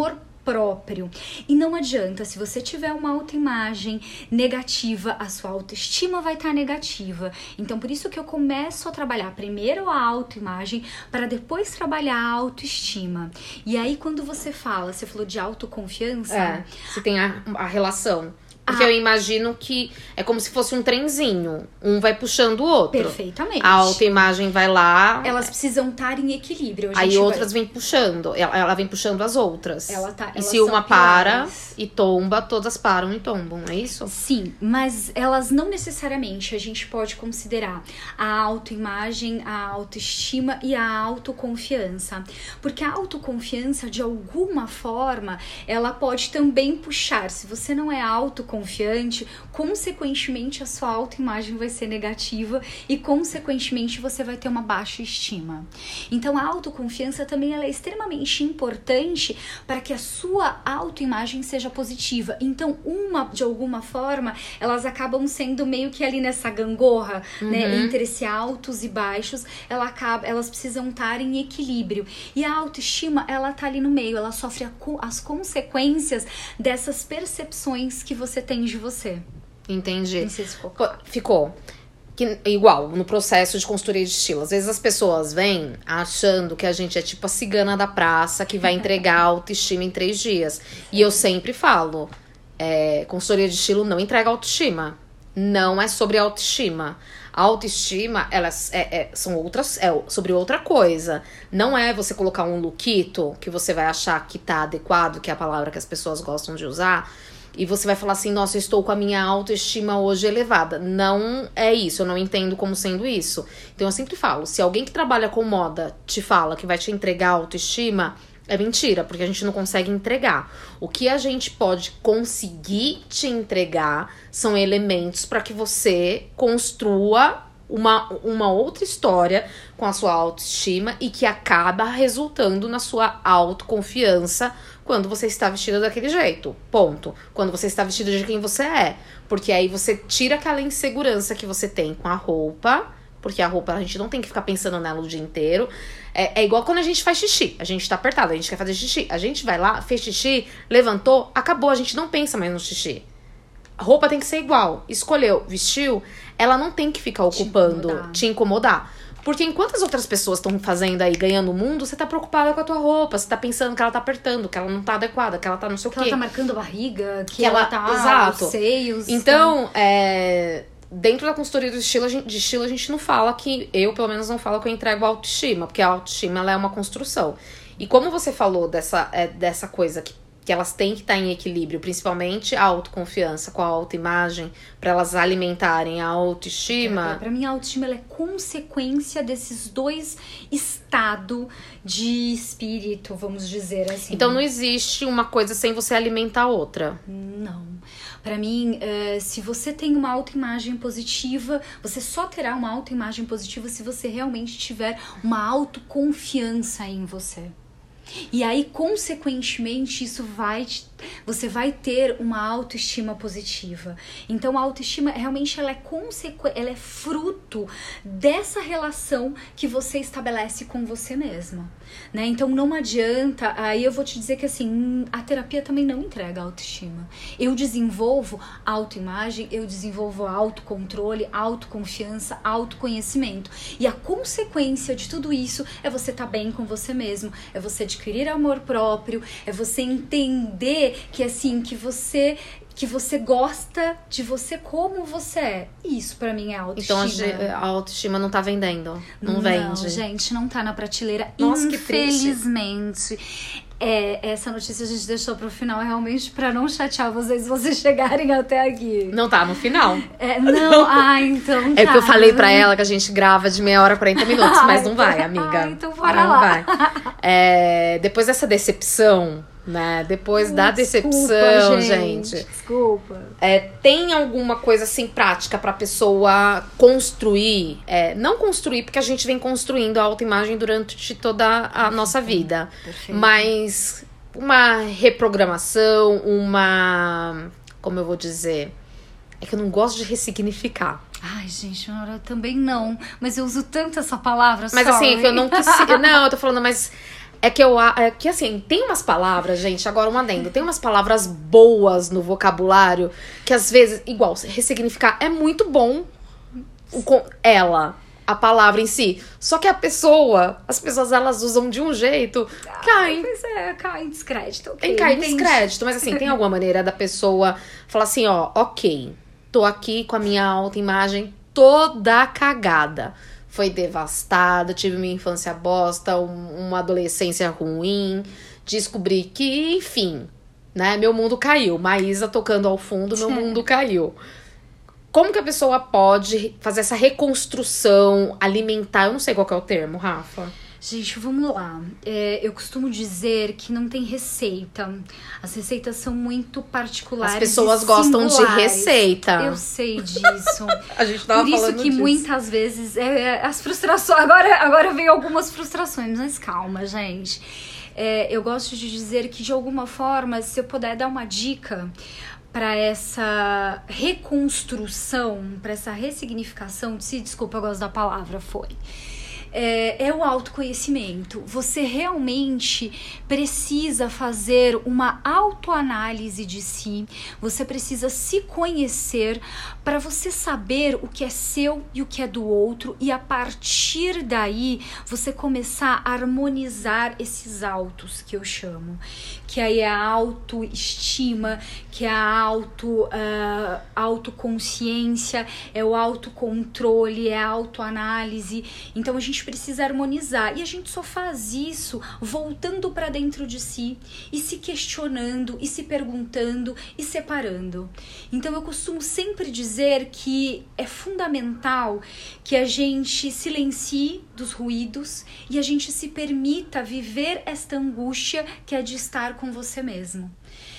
próprio. E não adianta, se você tiver uma autoimagem negativa, a sua autoestima vai estar negativa. Então, por isso que eu começo a trabalhar primeiro a autoimagem para depois trabalhar a autoestima. E aí, quando você fala, você falou de autoconfiança... É, você tem a, a relação. Porque ah. eu imagino que é como se fosse um trenzinho. Um vai puxando o outro. Perfeitamente. A autoimagem vai lá... Elas precisam estar em equilíbrio. A aí gente outras vai... vêm puxando. Ela, ela vem puxando as outras. Ela tá, e se uma para e tomba, todas param e tombam. É isso? Sim, mas elas não necessariamente. A gente pode considerar a autoimagem, a autoestima e a autoconfiança. Porque a autoconfiança, de alguma forma, ela pode também puxar. Se você não é autoconfiante, confiante, consequentemente a sua autoimagem vai ser negativa e consequentemente você vai ter uma baixa estima. Então a autoconfiança também ela é extremamente importante para que a sua autoimagem seja positiva. Então uma, de alguma forma, elas acabam sendo meio que ali nessa gangorra, uhum. né, entre esse altos e baixos, ela acaba, elas precisam estar em equilíbrio. E a autoestima, ela tá ali no meio, ela sofre a, as consequências dessas percepções que você tem de você. Entendi. Não sei se ficou. Ficou. Que, igual, no processo de consultoria de estilo. Às vezes as pessoas vêm achando que a gente é tipo a cigana da praça que vai entregar a autoestima em três dias. E eu sempre falo, é, consultoria de estilo não entrega autoestima. Não é sobre autoestima. A autoestima, elas é, é, são outras, é sobre outra coisa. Não é você colocar um lookito que você vai achar que tá adequado, que é a palavra que as pessoas gostam de usar, e você vai falar assim, nossa, eu estou com a minha autoestima hoje elevada. Não é isso, eu não entendo como sendo isso. Então eu sempre falo, se alguém que trabalha com moda te fala que vai te entregar autoestima, é mentira, porque a gente não consegue entregar. O que a gente pode conseguir te entregar são elementos para que você construa uma, uma outra história com a sua autoestima e que acaba resultando na sua autoconfiança quando você está vestida daquele jeito, ponto. Quando você está vestida de quem você é. Porque aí você tira aquela insegurança que você tem com a roupa, porque a roupa a gente não tem que ficar pensando nela o dia inteiro. É, é igual quando a gente faz xixi, a gente tá apertado, a gente quer fazer xixi. A gente vai lá, fez xixi, levantou, acabou, a gente não pensa mais no xixi. A roupa tem que ser igual. Escolheu, vestiu, ela não tem que ficar ocupando, te incomodar. Te incomodar. Porque enquanto as outras pessoas estão fazendo aí, ganhando o mundo, você tá preocupada com a tua roupa. Você tá pensando que ela tá apertando, que ela não tá adequada, que ela tá não sei o quê. Que ela tá marcando a barriga, que, que ela, ela tá exato. Os seios. Então, é... dentro da consultoria do estilo, a gente, de estilo, a gente não fala que... Eu, pelo menos, não falo que eu entrego a autoestima. Porque a autoestima, ela é uma construção. E como você falou dessa, é, dessa coisa que que elas têm que estar em equilíbrio, principalmente a autoconfiança com a autoimagem, para elas alimentarem a autoestima. É, para mim, a autoestima ela é consequência desses dois estados de espírito, vamos dizer assim. Então não existe uma coisa sem você alimentar a outra. Não. Para mim, uh, se você tem uma autoimagem positiva, você só terá uma autoimagem positiva se você realmente tiver uma autoconfiança em você. E aí, consequentemente, isso vai te, você vai ter uma autoestima positiva. Então, a autoestima, realmente, ela é, consequ, ela é fruto dessa relação que você estabelece com você mesma, né? Então, não adianta... Aí eu vou te dizer que, assim, a terapia também não entrega autoestima. Eu desenvolvo autoimagem, eu desenvolvo autocontrole, autoconfiança, autoconhecimento. E a consequência de tudo isso é você estar bem com você mesmo, é você adquirir amor próprio, é você entender que assim, que você que você gosta de você como você é. Isso pra mim é autoestima. Então a, a autoestima não tá vendendo, não, não vende. Não, gente, não tá na prateleira. Nossa, infelizmente. É, essa notícia a gente deixou pro final realmente pra não chatear vocês se vocês chegarem até aqui. Não tá no final. É, não, ah, então tá. É porque eu falei pra ela que a gente grava de meia hora a quarenta minutos, mas não vai, amiga. Ah, então bora não lá. Vai. É, depois dessa decepção, né? Depois da Desculpa, decepção, gente. gente. Desculpa. É, tem alguma coisa assim prática pra pessoa construir? É, não construir, porque a gente vem construindo a autoimagem durante toda a nossa vida. Perfeito. Mas uma reprogramação, uma... Como eu vou dizer? É que eu não gosto de ressignificar. Ai, gente, eu também não. Mas eu uso tanto essa palavra, Mas sorry. assim, é que eu não quis... Não, eu tô falando, mas... É que eu... É que, assim, tem umas palavras, gente, agora um adendo. Tem umas palavras boas no vocabulário que, às vezes, igual, ressignificar é muito bom com ela, a palavra em si. Só que a pessoa, as pessoas, elas usam de um jeito, Ah, cai. Pois é, cai em descrédito. Okay, Cai em entendi. descrédito. Mas, assim, tem alguma maneira da pessoa falar assim, ó, ok, tô aqui com a minha autoimagem toda cagada. Foi devastada, tive minha infância bosta, um, uma adolescência ruim, descobri que, enfim, né, meu mundo caiu. Maísa tocando ao fundo, meu mundo caiu. Como que a pessoa pode fazer essa reconstrução, alimentar? Eu não sei qual que é o termo, Rafa. Gente, vamos lá. É, eu costumo dizer que não tem receita. As receitas são muito particulares. As pessoas e gostam de singulares. receita. Eu sei disso. A gente tava Por isso falando que disso. muitas vezes é, as frustrações. Agora, agora veio algumas frustrações, mas calma, gente. É, eu gosto de dizer que, de alguma forma, se eu puder dar uma dica para essa reconstrução, para essa ressignificação, se desculpa, eu gosto da palavra, foi. É, é o autoconhecimento. Você realmente precisa fazer uma autoanálise de si. Você precisa se conhecer para você saber o que é seu e o que é do outro. E a partir daí, você começar a harmonizar esses autos que eu chamo. Que aí é a autoestima, que é a auto, uh, autoconsciência, é o autocontrole, é a autoanálise. Então a gente precisa harmonizar. E a gente só faz isso voltando para dentro de si e se questionando, e se perguntando e separando. Então eu costumo sempre dizer que é fundamental que a gente silencie dos ruídos e a gente se permita viver esta angústia que é de estar com você mesmo.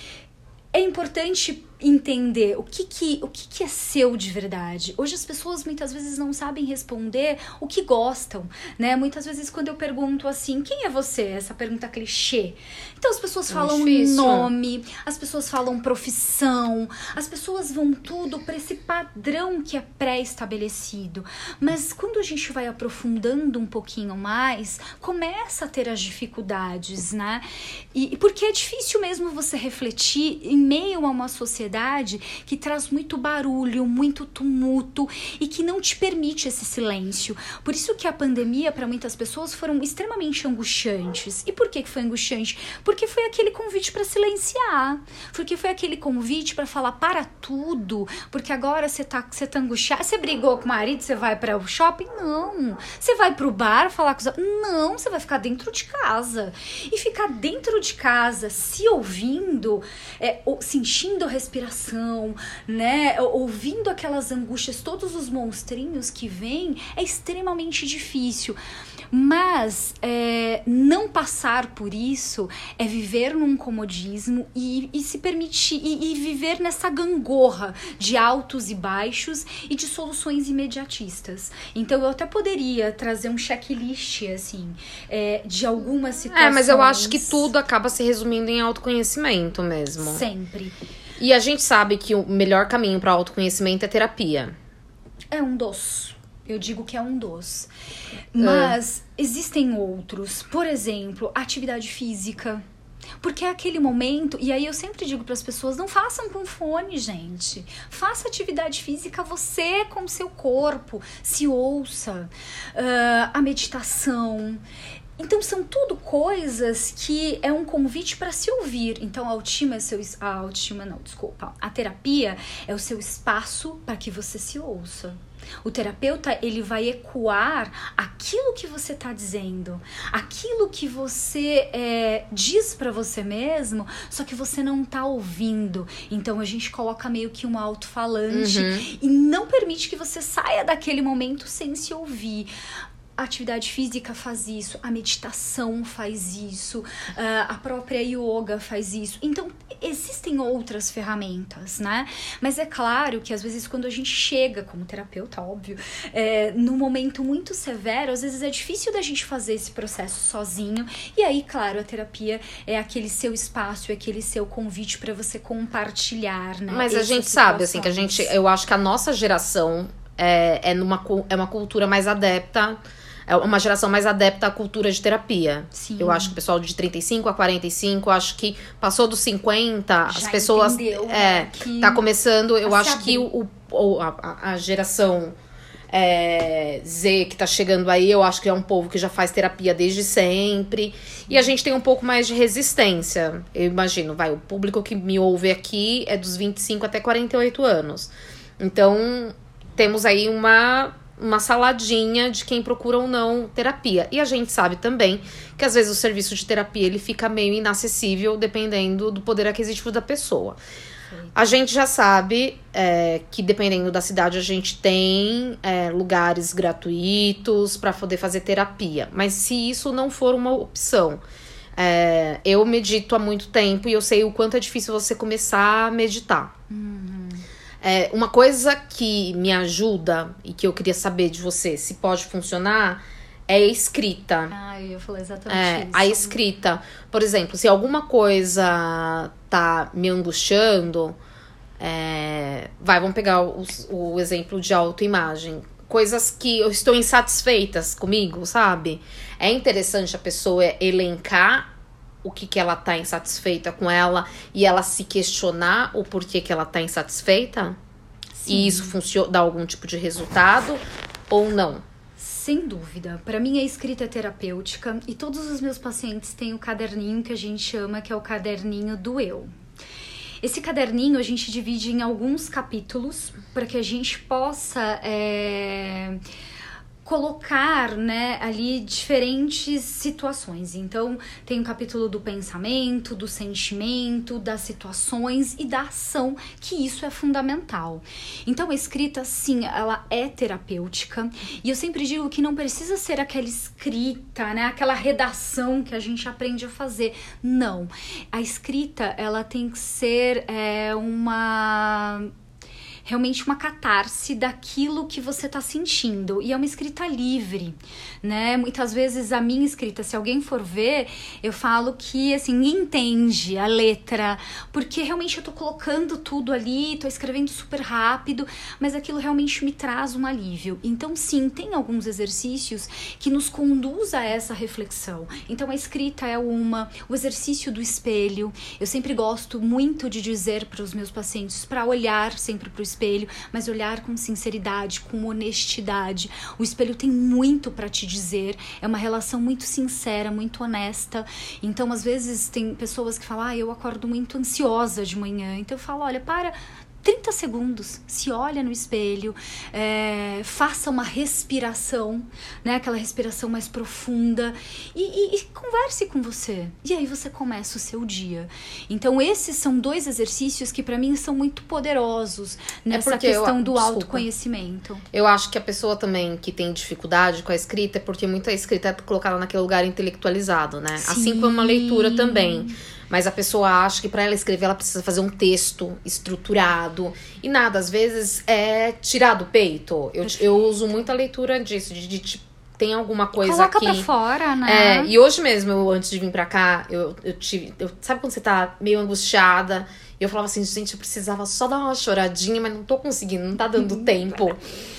É importante entender o que que, o que que é seu de verdade. Hoje as pessoas muitas vezes não sabem responder o que gostam, né? Muitas vezes quando eu pergunto assim, quem é você? Essa pergunta clichê. Então as pessoas falam difícil. nome, as pessoas falam profissão, as pessoas vão tudo para esse padrão que é pré-estabelecido. Mas quando a gente vai aprofundando um pouquinho mais, começa a ter as dificuldades, né? E, e porque é difícil mesmo você refletir em meio a uma sociedade que traz muito barulho, muito tumulto e que não te permite esse silêncio. Por isso que a pandemia, para muitas pessoas, foram extremamente angustiantes. E por que que foi angustiante? Porque foi aquele convite para silenciar. Porque foi aquele convite para falar para tudo. Porque agora você tá, você tá angustiado. Você brigou com o marido, você vai para o shopping? Não. Você vai pro bar falar com os... Não, você vai ficar dentro de casa. E ficar dentro de casa, se ouvindo, é, sentindo a respiração, né, ouvindo aquelas angústias, todos os monstrinhos que vêm, é extremamente difícil. Mas é, não passar por isso é viver num comodismo e, e se permitir e, e viver nessa gangorra de altos e baixos e de soluções imediatistas. Então eu até poderia trazer um checklist assim, é, de algumas situações. É, mas eu acho que tudo acaba se resumindo em autoconhecimento mesmo. Sempre. E a gente sabe que o melhor caminho para autoconhecimento é terapia. É um dos. Eu digo que é um dos. Mas é. Existem outros. Por exemplo, atividade física. Porque é aquele momento, e aí eu sempre digo para as pessoas, não façam com fone, gente. Faça atividade física você com o seu corpo. Se ouça. Uh, a meditação. Então, são tudo coisas que é um convite para se ouvir. Então, a autoestima é seu... A autoestima não, desculpa. A terapia é o seu espaço para que você se ouça. O terapeuta, ele vai ecoar aquilo que você está dizendo, aquilo que você é, diz para você mesmo, só que você não está ouvindo. Então, a gente coloca meio que um alto-falante uhum. e não permite que você saia daquele momento sem se ouvir. A atividade física faz isso, a meditação faz isso, a própria yoga faz isso. Então, existem outras ferramentas, né? Mas é claro que, às vezes, quando a gente chega, como terapeuta, óbvio, é, num momento muito severo, às vezes é difícil da gente fazer esse processo sozinho. E aí, claro, a terapia é aquele seu espaço, é aquele seu convite para você compartilhar, né? Mas a gente situações. sabe, assim, que a gente... Eu acho que a nossa geração é, é, numa, é uma cultura mais adepta é uma geração mais adepta à cultura de terapia. Sim. Eu acho que o pessoal de trinta e cinco a quarenta e cinco, acho que passou dos cinquenta, Já as pessoas... entendeu, é, né, que tá começando, eu a acho se que o, o, a, a geração é, Z que tá chegando aí, eu acho que é um povo que já faz terapia desde sempre. E a gente tem um pouco mais de resistência. Eu imagino, vai, o público que me ouve aqui é dos vinte e cinco até quarenta e oito anos. Então, temos aí uma... uma saladinha de quem procura ou não terapia. E a gente sabe também que às vezes o serviço de terapia ele fica meio inacessível dependendo do poder aquisitivo da pessoa. Sim. A gente já sabe é, que dependendo da cidade a gente tem é, lugares gratuitos para poder fazer terapia. Mas se isso não for uma opção, é, eu medito há muito tempo e eu sei o quanto é difícil você começar a meditar. Uhum. É, uma coisa que me ajuda e que eu queria saber de você se pode funcionar é a escrita. Ah, eu ia falar exatamente é, isso. A escrita. Por exemplo, se alguma coisa tá me angustiando, é, vai, vamos pegar o, o exemplo de autoimagem. Coisas que eu estou insatisfeitas comigo, sabe? É interessante a pessoa elencar o que, que ela tá insatisfeita com ela e ela se questionar o porquê que ela tá insatisfeita. Sim. E isso funciona, dá algum tipo de resultado ou não? Sem dúvida. Para mim a escrita é terapêutica e todos os meus pacientes têm o caderninho que a gente chama que é o caderninho do eu. Esse caderninho a gente divide em alguns capítulos para que a gente possa é, colocar, né, ali diferentes situações. Então, tem um capítulo do pensamento, do sentimento, das situações e da ação, que isso é fundamental. Então, a escrita, sim, ela é terapêutica. E eu sempre digo que não precisa ser aquela escrita, né, aquela redação que a gente aprende a fazer. Não. A escrita, ela tem que ser é, uma... realmente uma catarse daquilo que você tá sentindo. E é uma escrita livre, né? Muitas vezes a minha escrita, se alguém for ver, eu falo que, assim, entende a letra, porque realmente eu tô colocando tudo ali, tô escrevendo super rápido, mas aquilo realmente me traz um alívio. Então, sim, tem alguns exercícios que nos conduz a essa reflexão. Então, a escrita é uma, o exercício do espelho. Eu sempre gosto muito de dizer para os meus pacientes para olhar sempre pro espelho, espelho, mas olhar com sinceridade, com honestidade. O espelho tem muito para te dizer, é uma relação muito sincera, muito honesta. Então, às vezes, tem pessoas que falam, ah, eu acordo muito ansiosa de manhã. Então, eu falo, olha, para... trinta segundos, se olha no espelho, é, faça uma respiração, né, aquela respiração mais profunda e, e, e converse com você. E aí você começa o seu dia. Então esses são dois exercícios que para mim são muito poderosos nessa é questão eu, do desculpa, autoconhecimento. Eu acho que a pessoa também que tem dificuldade com a escrita é porque muita escrita é colocada naquele lugar intelectualizado, né? Sim. Assim como a leitura também. Mas a pessoa acha que para ela escrever ela precisa fazer um texto estruturado. E nada, às vezes é tirar do peito. Eu, eu uso muito a leitura disso, de, de, de tem alguma coisa Coloca aqui. Coloca pra fora, né? É, e hoje mesmo, eu, antes de vir pra cá, eu, eu tive... Eu, sabe quando você tá meio angustiada? E eu falava assim, gente, eu precisava só dar uma choradinha, mas não tô conseguindo, não tá dando tempo.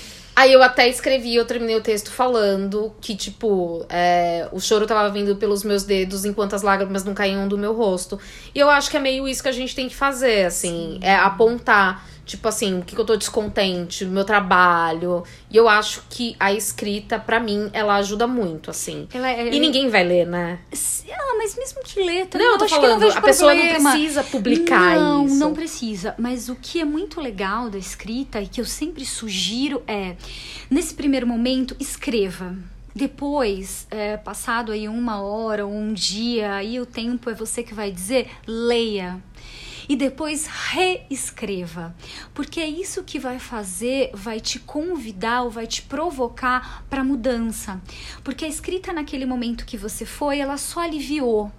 Aí eu até escrevi, eu terminei o texto falando que, tipo, é, o choro tava vindo pelos meus dedos enquanto as lágrimas não caíam do meu rosto. E eu acho que é meio isso que a gente tem que fazer, assim, Sim. é apontar, tipo assim, o que, que eu tô descontente, o meu trabalho. E eu acho que a escrita, pra mim, ela ajuda muito, assim. Ela, ela... E ninguém vai ler, né? Ah, mas mesmo que lê também, não, eu tô acho falando, que não vejo a pessoa não problema. precisa publicar não, isso. Não, não precisa. Mas o que é muito legal da escrita e que eu sempre sugiro é, nesse primeiro momento, escreva. Depois, é, passado aí uma hora ou um dia, aí o tempo é você que vai dizer, leia. E depois reescreva, porque é isso que vai fazer, vai te convidar ou vai te provocar para mudança. Porque a escrita naquele momento que você foi, ela só aliviou.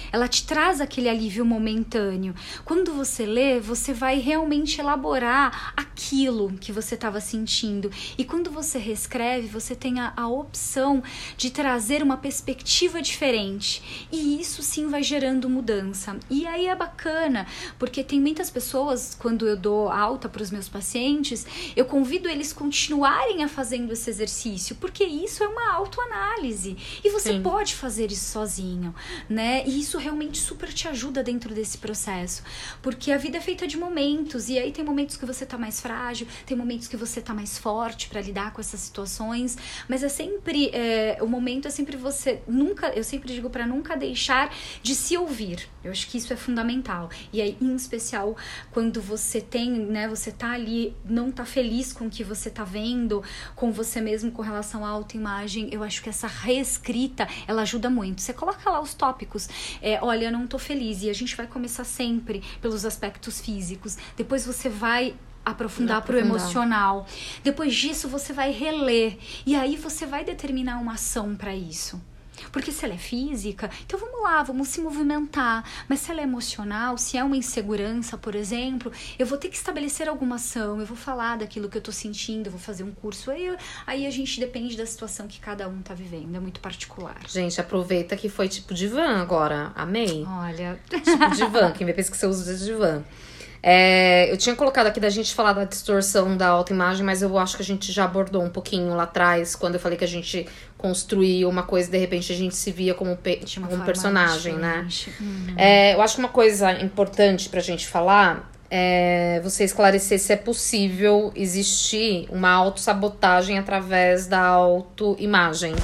ela te traz aquele alívio momentâneo. Quando você lê, você vai realmente elaborar aquilo que você estava sentindo. E quando você reescreve, você tem a, a opção de trazer uma perspectiva diferente. E isso sim vai gerando mudança. E aí é bacana, porque tem muitas pessoas, quando eu dou alta para os meus pacientes, eu convido eles a continuarem a fazendo esse exercício, porque isso é uma autoanálise. E você sim. pode fazer isso sozinho, né? E isso realmente super te ajuda dentro desse processo. Porque a vida é feita de momentos, e aí tem momentos que você tá mais frágil, tem momentos que você tá mais forte para lidar com essas situações, mas é sempre, é, o momento é sempre você, nunca, eu sempre digo para nunca deixar de se ouvir. Eu acho que isso é fundamental. E aí, em especial, quando você tem, né, você tá ali, não tá feliz com o que você tá vendo, com você mesmo com relação à autoimagem, eu acho que essa reescrita, ela ajuda muito. Você coloca lá os tópicos, é, olha, eu não tô feliz, e a gente vai começar sempre pelos aspectos físicos, depois você vai aprofundar para o emocional, depois disso você vai reler, e aí você vai determinar uma ação para isso. Porque se ela é física, então vamos lá, vamos se movimentar. Mas se ela é emocional, se é uma insegurança, por exemplo, eu vou ter que estabelecer alguma ação, eu vou falar daquilo que eu tô sentindo, eu vou fazer um curso. Aí, aí a gente depende da situação que cada um tá vivendo, é muito particular. Gente, aproveita que foi tipo divã agora, amei. Olha. Tipo divã, quem vê pensa que você usa de divã. É, eu tinha colocado aqui da gente falar da distorção da autoimagem, mas eu acho que a gente já abordou um pouquinho lá atrás, quando eu falei que a gente construía uma coisa e de repente a gente se via como, pe- como personagem, né? Uhum. É, eu acho que uma coisa importante pra gente falar é você esclarecer se é possível existir uma autossabotagem através da autoimagem.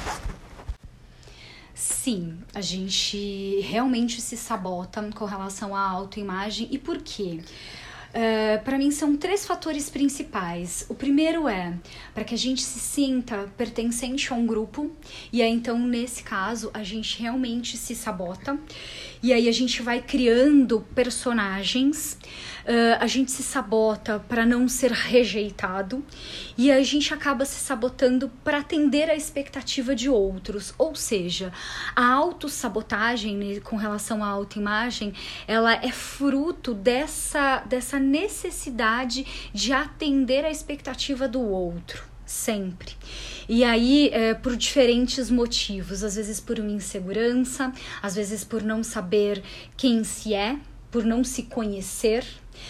Sim, a gente realmente se sabota com relação à autoimagem. E por quê? Uh, para mim são três fatores principais. O primeiro é para que a gente se sinta pertencente a um grupo, e aí então nesse caso a gente realmente se sabota, e aí a gente vai criando personagens, uh, a gente se sabota para não ser rejeitado, e a gente acaba se sabotando para atender a expectativa de outros. Ou seja, a autossabotagem, né, com relação à autoimagem, ela é fruto dessa, dessa necessidade de atender a expectativa do outro, sempre. E aí, é, por diferentes motivos, às vezes por uma insegurança, às vezes por não saber quem se é, por não se conhecer.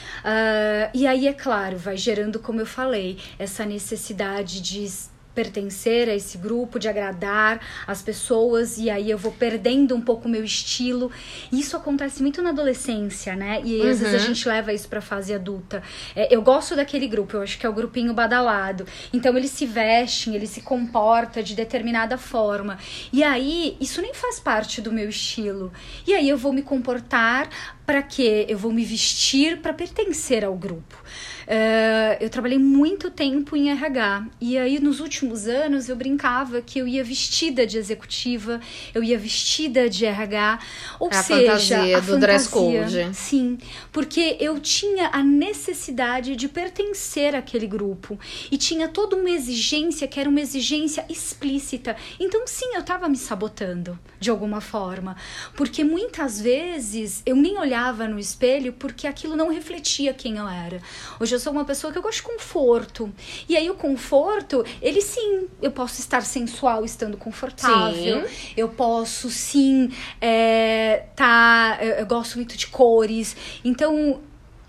Uh, e aí, é claro, vai gerando, como eu falei, essa necessidade de pertencer a esse grupo, de agradar as pessoas, e aí eu vou perdendo um pouco o meu estilo. Isso acontece muito na adolescência, né? E uhum. às vezes a gente leva isso pra fase adulta. É, eu gosto daquele grupo, eu acho que é o grupinho badalado. Então eles se vestem, eles se comportam de determinada forma. E aí, isso nem faz parte do meu estilo. E aí eu vou me comportar para quê? Eu vou me vestir para pertencer ao grupo. Uh, eu trabalhei muito tempo em R H, e aí nos últimos anos eu brincava que eu ia vestida de executiva, eu ia vestida de R H, ou é seja, a fantasia a do fantasia, dress code. Sim, porque eu tinha a necessidade de pertencer àquele grupo, e tinha toda uma exigência que era uma exigência explícita. Então sim, eu estava me sabotando de alguma forma, porque muitas vezes eu nem olhava no espelho porque aquilo não refletia quem eu era. Hoje eu sou uma pessoa que eu gosto de conforto. E aí o conforto, ele sim, eu posso estar sensual estando confortável. Sim. Eu posso sim, é, tá, eu, eu gosto muito de cores. Então,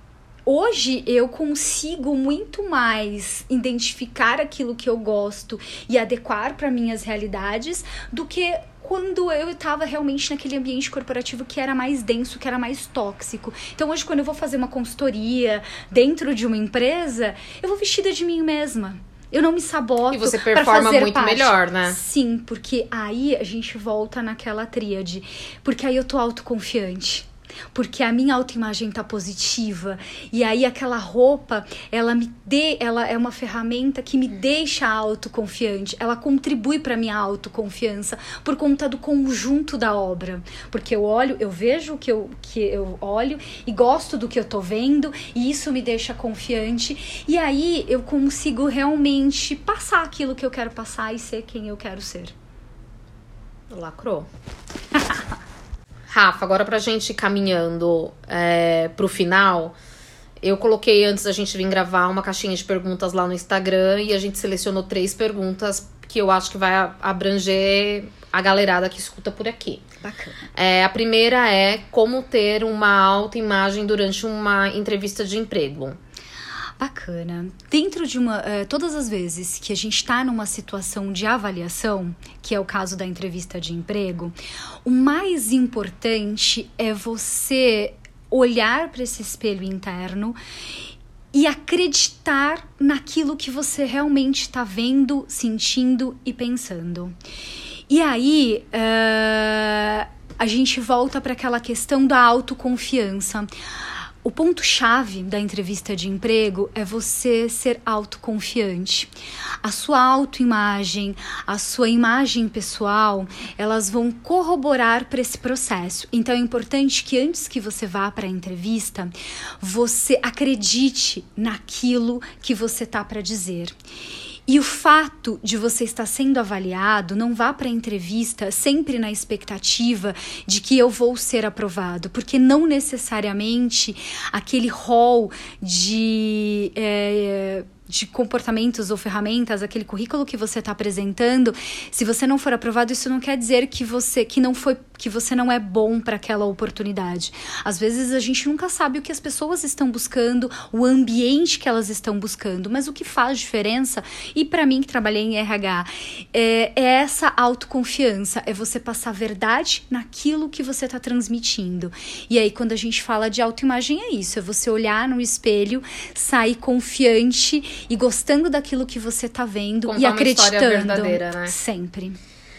hoje eu consigo muito mais identificar aquilo que eu gosto e adequar para minhas realidades do que quando eu estava realmente naquele ambiente corporativo que era mais denso, que era mais tóxico. Então hoje, quando eu vou fazer uma consultoria dentro de uma empresa, eu vou vestida de mim mesma. Eu não me saboto. E você performa muito parte. melhor, né? Sim, porque aí a gente volta naquela tríade. Porque aí eu tô autoconfiante. Porque a minha autoimagem tá positiva, e aí aquela roupa, ela me dê, ela é uma ferramenta que me deixa autoconfiante, ela contribui para minha autoconfiança por conta do conjunto da obra, porque eu olho, eu vejo o que eu, que eu olho e gosto do que eu tô vendo, e isso me deixa confiante, e aí eu consigo realmente passar aquilo que eu quero passar e ser quem eu quero ser. Lacrou. Rafa, agora pra gente ir caminhando é, pro final, eu coloquei antes da gente vir gravar uma caixinha de perguntas lá no Instagram e a gente selecionou três perguntas que eu acho que vai abranger a galerada que escuta por aqui. Bacana. É, a primeira é como ter uma autoimagem durante uma entrevista de emprego. Bacana. Dentro de uma... Uh, todas as vezes que a gente está numa situação de avaliação, que é o caso da entrevista de emprego, o mais importante é você olhar para esse espelho interno e acreditar naquilo que você realmente está vendo, sentindo e pensando. E aí, uh, a gente volta para aquela questão da autoconfiança. O ponto-chave da entrevista de emprego é você ser autoconfiante. A sua autoimagem, a sua imagem pessoal, elas vão corroborar para esse processo. Então é importante que antes que você vá para a entrevista, você acredite naquilo que você tá para dizer. E o fato de você estar sendo avaliado, não vá para a entrevista sempre na expectativa de que eu vou ser aprovado, porque não necessariamente aquele rol de... É, de comportamentos ou ferramentas, aquele currículo que você está apresentando, se você não for aprovado, isso não quer dizer que você, que não foi, que você não é bom para aquela oportunidade. Às vezes a gente nunca sabe o que as pessoas estão buscando, o ambiente que elas estão buscando, mas o que faz diferença, e para mim que trabalhei em R H, é, é essa autoconfiança, é você passar a verdade naquilo que você está transmitindo. E aí quando a gente fala de autoimagem é isso, é você olhar no espelho, sair confiante e gostando daquilo que você tá vendo. Contar e acreditando. Uma história verdadeira, né? Sempre.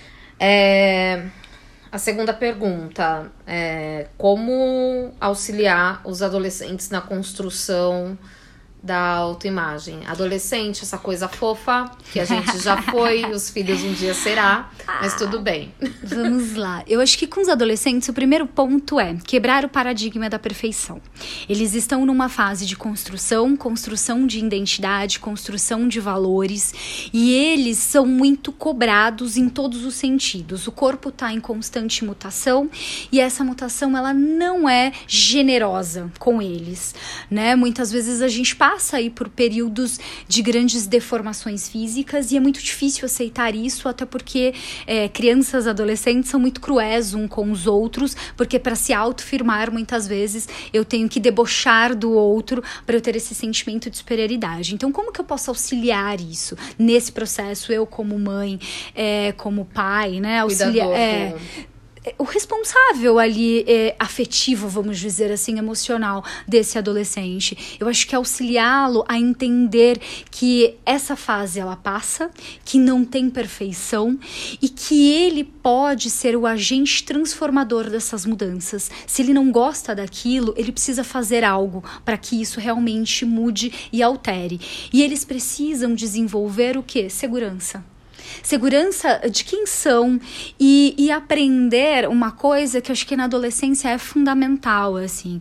É, a segunda pergunta é como auxiliar os adolescentes na construção da autoimagem. Adolescente, essa coisa fofa, que a gente já foi, os filhos um dia será, mas tudo bem. Vamos lá. Eu acho que com os adolescentes, o primeiro ponto é quebrar o paradigma da perfeição. Eles estão numa fase de construção, construção de identidade, construção de valores, e eles são muito cobrados em todos os sentidos. O corpo está em constante mutação, e essa mutação, ela não é generosa com eles, né? Muitas vezes a gente passa passa aí por períodos de grandes deformações físicas e é muito difícil aceitar isso, até porque é, crianças, adolescentes são muito cruéis uns com os outros, porque para se autoafirmar muitas vezes eu tenho que debochar do outro para eu ter esse sentimento de superioridade. Então como que eu posso auxiliar isso nesse processo, eu como mãe, é, como pai, né? Auxiliar, é, o responsável ali é, afetivo, vamos dizer assim, emocional desse adolescente. Eu acho que auxiliá-lo a entender que essa fase ela passa, que não tem perfeição e que ele pode ser o agente transformador dessas mudanças. Se ele não gosta daquilo, ele precisa fazer algo para que isso realmente mude e altere. E eles precisam desenvolver o quê? Segurança. Segurança de quem são e, e aprender uma coisa que eu acho que na adolescência é fundamental, assim,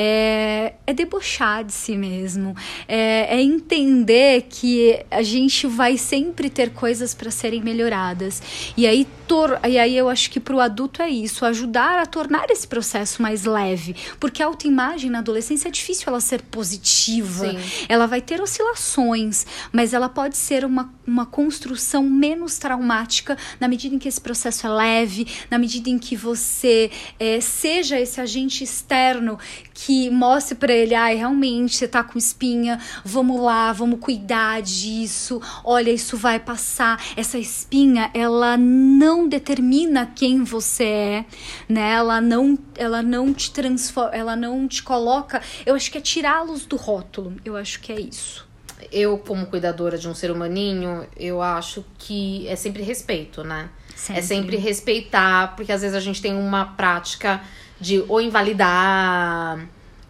é, é debochar de si mesmo, é, é entender que a gente vai sempre ter coisas para serem melhoradas. E aí, tor- e aí eu acho que para o adulto é isso, ajudar a tornar esse processo mais leve, porque a autoimagem na adolescência é difícil ela ser positiva. Sim. Ela vai ter oscilações, mas ela pode ser uma, uma construção menos traumática na medida em que esse processo é leve, na medida em que você é, seja esse agente externo que mostre para ele, ai, realmente você tá com espinha, vamos lá, vamos cuidar disso, olha, isso vai passar. Essa espinha, ela não determina quem você é, né? Ela não, ela não te transforma, ela não te coloca, eu acho que é tirá-los do rótulo, eu acho que é isso. Eu, como cuidadora de um ser humaninho, eu acho que é sempre respeito, né? Sempre. É sempre respeitar, porque às vezes a gente tem uma prática de ou invalidar,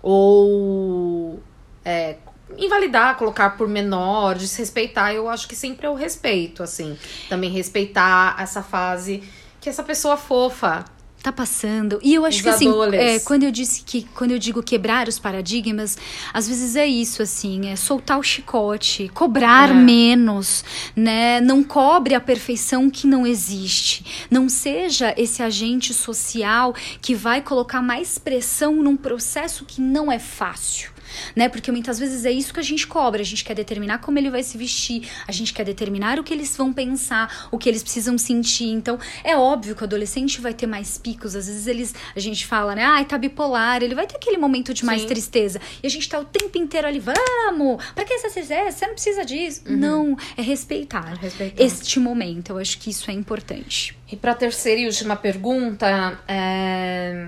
ou é, invalidar, colocar por menor, desrespeitar. Eu acho que sempre é o respeito, assim. Também respeitar essa fase que essa pessoa fofa Tá passando. E eu acho Os que assim, é, adolescentes. quando eu disse que quando eu digo quebrar os paradigmas, às vezes é isso, assim, é soltar o chicote, cobrar É. menos, né? Não cobre a perfeição que não existe. Não seja esse agente social que vai colocar mais pressão num processo que não é fácil. Né? Porque muitas vezes é isso que a gente cobra. A gente quer determinar como ele vai se vestir, a gente quer determinar o que eles vão pensar, o que eles precisam sentir. Então, é óbvio que o adolescente vai ter mais picos. Às vezes eles, a gente fala, né? Ai, tá bipolar. Ele vai ter aquele momento de mais Sim. tristeza. E a gente tá o tempo inteiro ali, vamos! Pra que você fizer? Você não precisa disso. Uhum. Não, é respeitar, Respeitar. este momento. Eu acho que isso é importante. E para a terceira e última pergunta, é...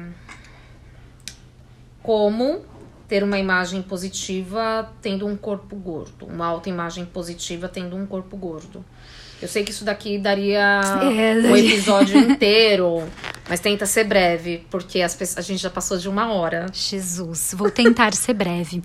como ter uma imagem positiva tendo um corpo gordo? Uma autoimagem positiva tendo um corpo gordo. Eu sei que isso daqui daria É, um episódio inteiro, mas tenta ser breve, porque as pessoas, a gente já passou de uma hora. Jesus, vou tentar ser breve.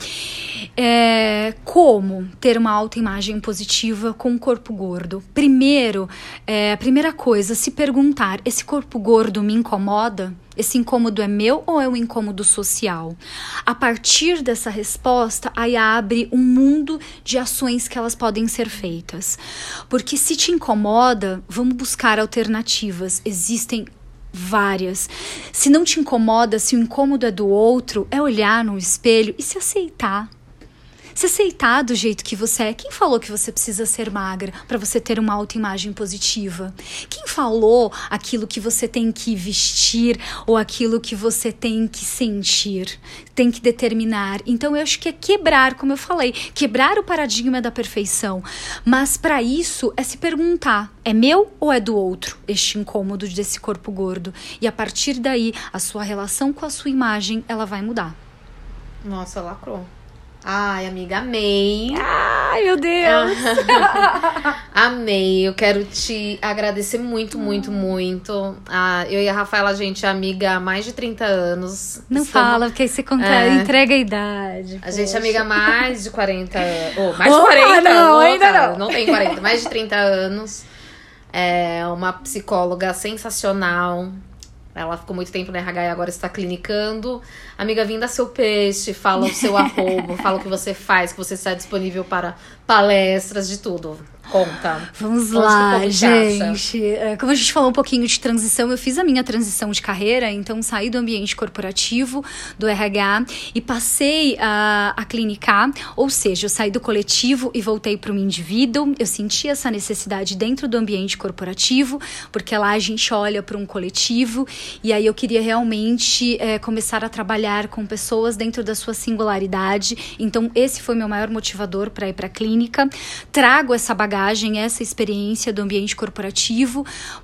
É, como ter uma autoimagem positiva com um corpo gordo? Primeiro, é, a primeira coisa, se perguntar, esse corpo gordo me incomoda? Esse incômodo é meu ou é um incômodo social? A partir dessa resposta, aí abre um mundo de ações que elas podem ser feitas. Porque se te incomoda, vamos buscar alternativas. Existem várias. Se não te incomoda, se o incômodo é do outro, é olhar no espelho e se aceitar. Se aceitar do jeito que você é. Quem falou que você precisa ser magra para você ter uma autoimagem positiva? Quem falou aquilo que você tem que vestir ou aquilo que você tem que sentir? Tem que determinar. Então, eu acho que é quebrar, como eu falei, quebrar o paradigma da perfeição. Mas, para isso, é se perguntar, é meu ou é do outro este incômodo desse corpo gordo? E, a partir daí, a sua relação com a sua imagem, ela vai mudar. Nossa, lacrou. Ai, amiga, amei. Ai, meu Deus! Amei. Eu quero te agradecer muito, muito, muito. Ah, eu e a Rafaela, a gente é amiga há mais de trinta anos. Não Estamos- fala, porque aí você conta, É. entrega a idade. A gente poxa. é amiga há mais de quarenta anos. Oh, mais de Oh, quarenta não, anos. ainda cara, não. Não tem quarenta, mais de trinta anos. É uma psicóloga sensacional. Ela ficou muito tempo na R H e agora está clinicando. Amiga, vinda seu peixe, fala o seu arroba, fala o que você faz, que você está disponível para palestras, de tudo. Conta. Vamos Onde que o lá, povo te acha? gente. É, Como a gente falou um pouquinho de transição, eu fiz a minha transição de carreira, então saí do ambiente corporativo, do R H, e passei a, a clinicar, ou seja, eu saí do coletivo e voltei para o indivíduo. Eu senti essa necessidade dentro do ambiente corporativo, porque lá a gente olha para um coletivo, e aí eu queria realmente é, começar a trabalhar com pessoas dentro da sua singularidade. Então, esse foi meu maior motivador para ir para a clínica. Trago essa bagagem, essa experiência do ambiente corporativo,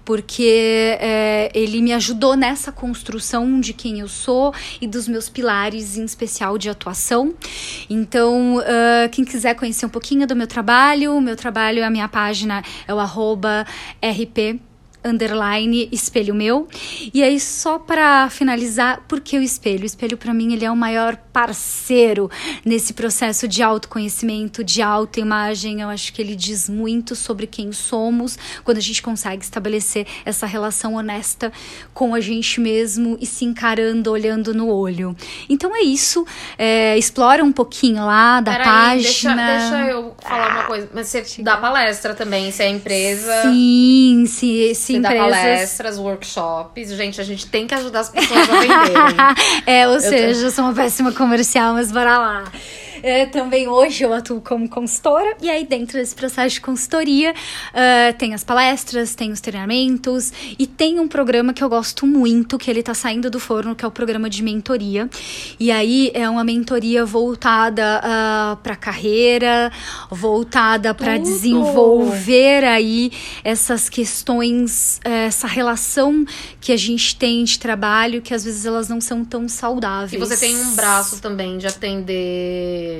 porque é, ele me ajudou nessa construção de quem eu sou e dos meus pilares, em especial de atuação. Então, uh, quem quiser conhecer um pouquinho do meu trabalho, o meu trabalho, a minha página é o arroba rp underline espelho meu. E aí, só para finalizar, por que o espelho? O espelho, para mim, ele é o maior parceiro nesse processo de autoconhecimento, de autoimagem. Eu acho que ele diz muito sobre quem somos quando a gente consegue estabelecer essa relação honesta com a gente mesmo e se encarando, olhando no olho. Então é isso. É, explora um pouquinho lá da Peraí, página. Deixa, deixa eu falar uma coisa. Mas você dá palestra também, você é empresa. Sim, sim, sim. Você dá empresas. palestras, workshops. Gente, a gente tem que ajudar as pessoas a venderem. É, ou Eu seja, tô- eu sou uma péssima comercial, mas bora lá. É, também hoje eu atuo como consultora, e aí dentro desse processo de consultoria uh, tem as palestras, tem os treinamentos, e tem um programa que eu gosto muito, que ele tá saindo do forno, que é o programa de mentoria. E aí é uma mentoria voltada uh, para carreira, voltada para Tudo! desenvolver aí essas questões, eh, essa relação que a gente tem de trabalho, que às vezes elas não são tão saudáveis. E você tem um braço também de atender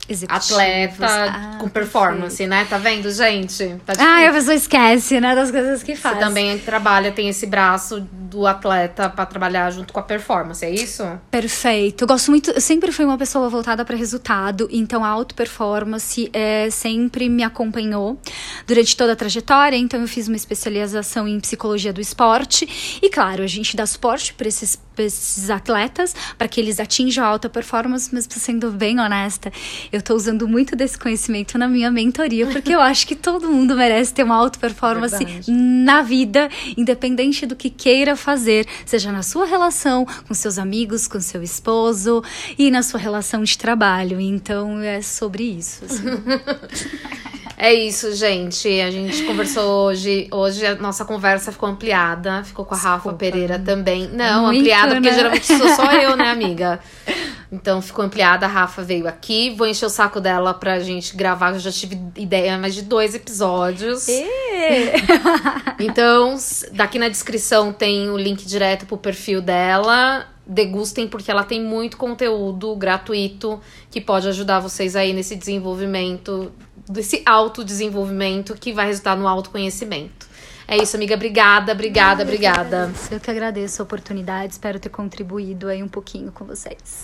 executivos. Atleta ah, com performance, perfeito. né? Tá vendo, gente? Tá Ah, a pessoa esquece, né, das coisas que faz. Você também trabalha, tem esse braço do atleta pra trabalhar junto com a performance, é isso? Perfeito. Eu gosto muito, eu sempre fui uma pessoa voltada para resultado, então a auto-performance é, sempre me acompanhou durante toda a trajetória, então eu fiz uma especialização em psicologia do esporte e, claro, a gente dá suporte para esses, pra esses atletas para que eles atinjam a alta performance, mas sendo bem honesta, eu tô usando muito desse conhecimento na minha mentoria, porque eu acho que todo mundo merece ter uma alta performance Verdade. na vida, independente do que queira fazer, seja na sua relação com seus amigos, com seu esposo e na sua relação de trabalho. Então é sobre isso. Assim. É isso, gente. A gente conversou hoje. Hoje a nossa conversa ficou ampliada. Ficou com a Desculpa. Rafa Pereira também. Não, Muito, ampliada, porque né? geralmente sou só eu, né, amiga? Então ficou ampliada. A Rafa veio aqui. Vou encher o saco dela pra gente gravar. Eu já tive ideia mais de dois episódios. Então, daqui na descrição tem o link direto pro perfil dela. Degustem, porque ela tem muito conteúdo gratuito que pode ajudar vocês aí nesse desenvolvimento, desse autodesenvolvimento que vai resultar no autoconhecimento. É isso, amiga. Obrigada, obrigada, obrigada. Eu que agradeço a oportunidade. Espero ter contribuído aí um pouquinho com vocês.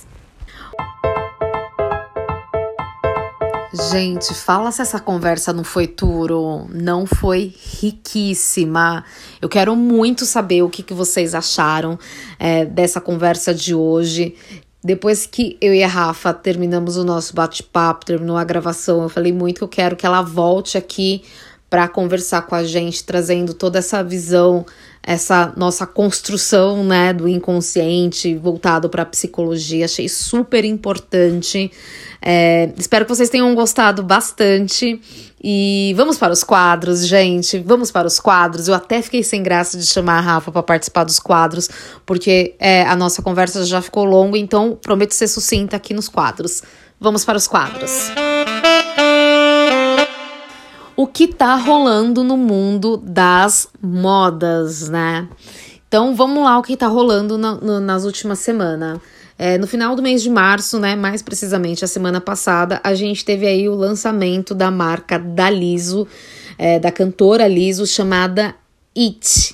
Gente, fala se essa conversa não foi tudo, não foi riquíssima. Eu quero muito saber o que, que vocês acharam é, dessa conversa de hoje. Depois que eu e a Rafa terminamos o nosso bate-papo, terminou a gravação, eu falei muito que eu quero que ela volte aqui para conversar com a gente, trazendo toda essa visão, essa nossa construção, né, do inconsciente voltado para a psicologia. Achei super importante. É, espero que vocês tenham gostado bastante. E vamos para os quadros, gente. Vamos para os quadros. Eu até fiquei sem graça de chamar a Rafa para participar dos quadros, porque é, a nossa conversa já ficou longa, então prometo ser sucinta aqui nos quadros. Vamos para os quadros. O que tá rolando no mundo das modas, né? Então, vamos lá o que tá rolando na, no, nas últimas semanas. É, no final do mês de março, né, mais precisamente a semana passada, a gente teve aí o lançamento da marca da Liso, é, da cantora Liso, chamada It.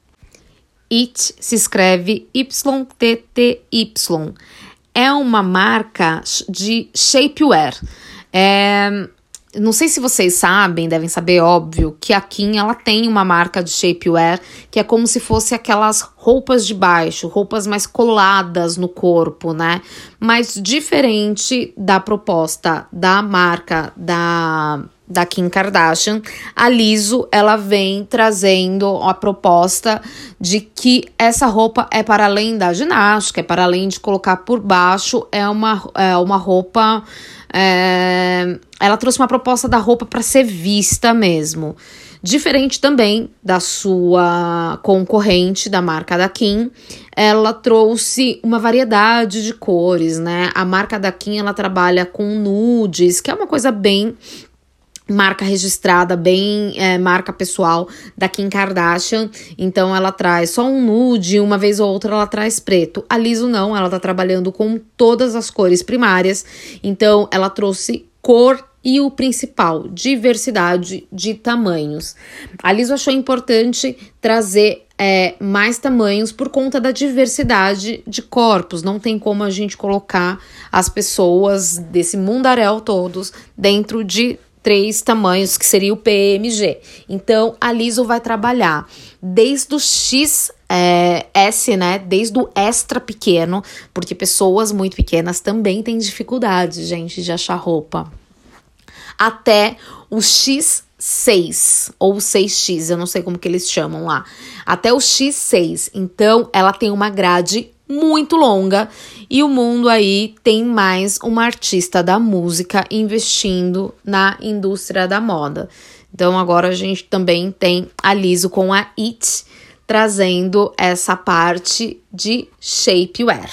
It se escreve Y T T Y. É uma marca de shapewear. É... Não sei se vocês sabem, devem saber, óbvio, que a Kim, ela tem uma marca de shapewear que é como se fosse aquelas roupas de baixo, roupas mais coladas no corpo, né? Mas diferente da proposta da marca da, da Kim Kardashian, a Liso, ela vem trazendo a proposta de que essa roupa é para além da ginástica, é para além de colocar por baixo, é uma, é uma roupa... É, ela trouxe uma proposta da roupa para ser vista mesmo. Diferente também da sua concorrente, da marca da Kim, ela trouxe uma variedade de cores, né? A marca da Kim, ela trabalha com nudes, que é uma coisa bem... marca registrada, bem é, marca pessoal da Kim Kardashian. Então ela traz só um nude, uma vez ou outra ela traz preto. A Liso não, ela tá trabalhando com todas as cores primárias. Então ela trouxe cor e o principal, diversidade de tamanhos. A Liso achou importante trazer é, mais tamanhos por conta da diversidade de corpos. Não tem como a gente colocar as pessoas desse mundaréu todos dentro de três tamanhos, que seria o P M G. Então, a Liso vai trabalhar desde o X é, S, né? Desde o extra pequeno, porque pessoas muito pequenas também têm dificuldade, gente, de achar roupa. Até o X seis, ou seis X, eu não sei como que eles chamam lá. Até o X seis. Então, ela tem uma grade muito longa e o mundo aí tem mais uma artista da música investindo na indústria da moda. Então agora a gente também tem a Liso com a It trazendo essa parte de shapewear.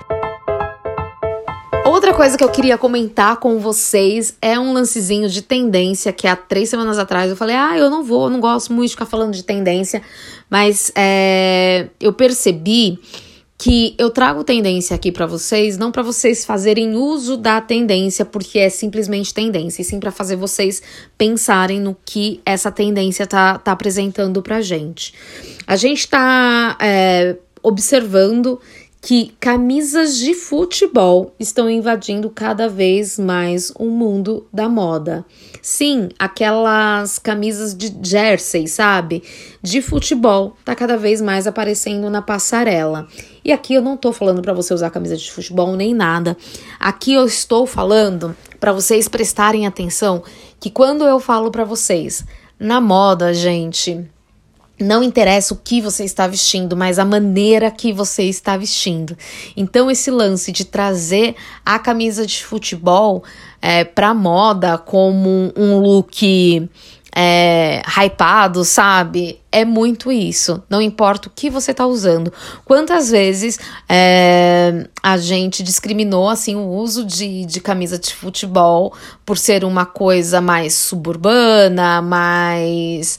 Outra coisa que eu queria comentar com vocês é um lancezinho de tendência que há três semanas atrás eu falei, ah, eu não vou, não gosto muito de ficar falando de tendência, mas é, eu percebi que eu trago tendência aqui para vocês, não para vocês fazerem uso da tendência, porque é simplesmente tendência, e sim para fazer vocês pensarem no que essa tendência tá, tá apresentando pra gente. A gente tá é, observando que camisas de futebol estão invadindo cada vez mais o mundo da moda. Sim, aquelas camisas de jersey, sabe? De futebol, tá cada vez mais aparecendo na passarela. E aqui eu não tô falando para você usar camisa de futebol nem nada. Aqui eu estou falando para vocês prestarem atenção que quando eu falo para vocês, na moda, gente, não interessa o que você está vestindo, mas a maneira que você está vestindo. Então, esse lance de trazer a camisa de futebol é, pra moda como um look é, hypado, sabe? É muito isso. Não importa o que você tá usando. Quantas vezes é, a gente discriminou assim, o uso de, de camisa de futebol por ser uma coisa mais suburbana, mais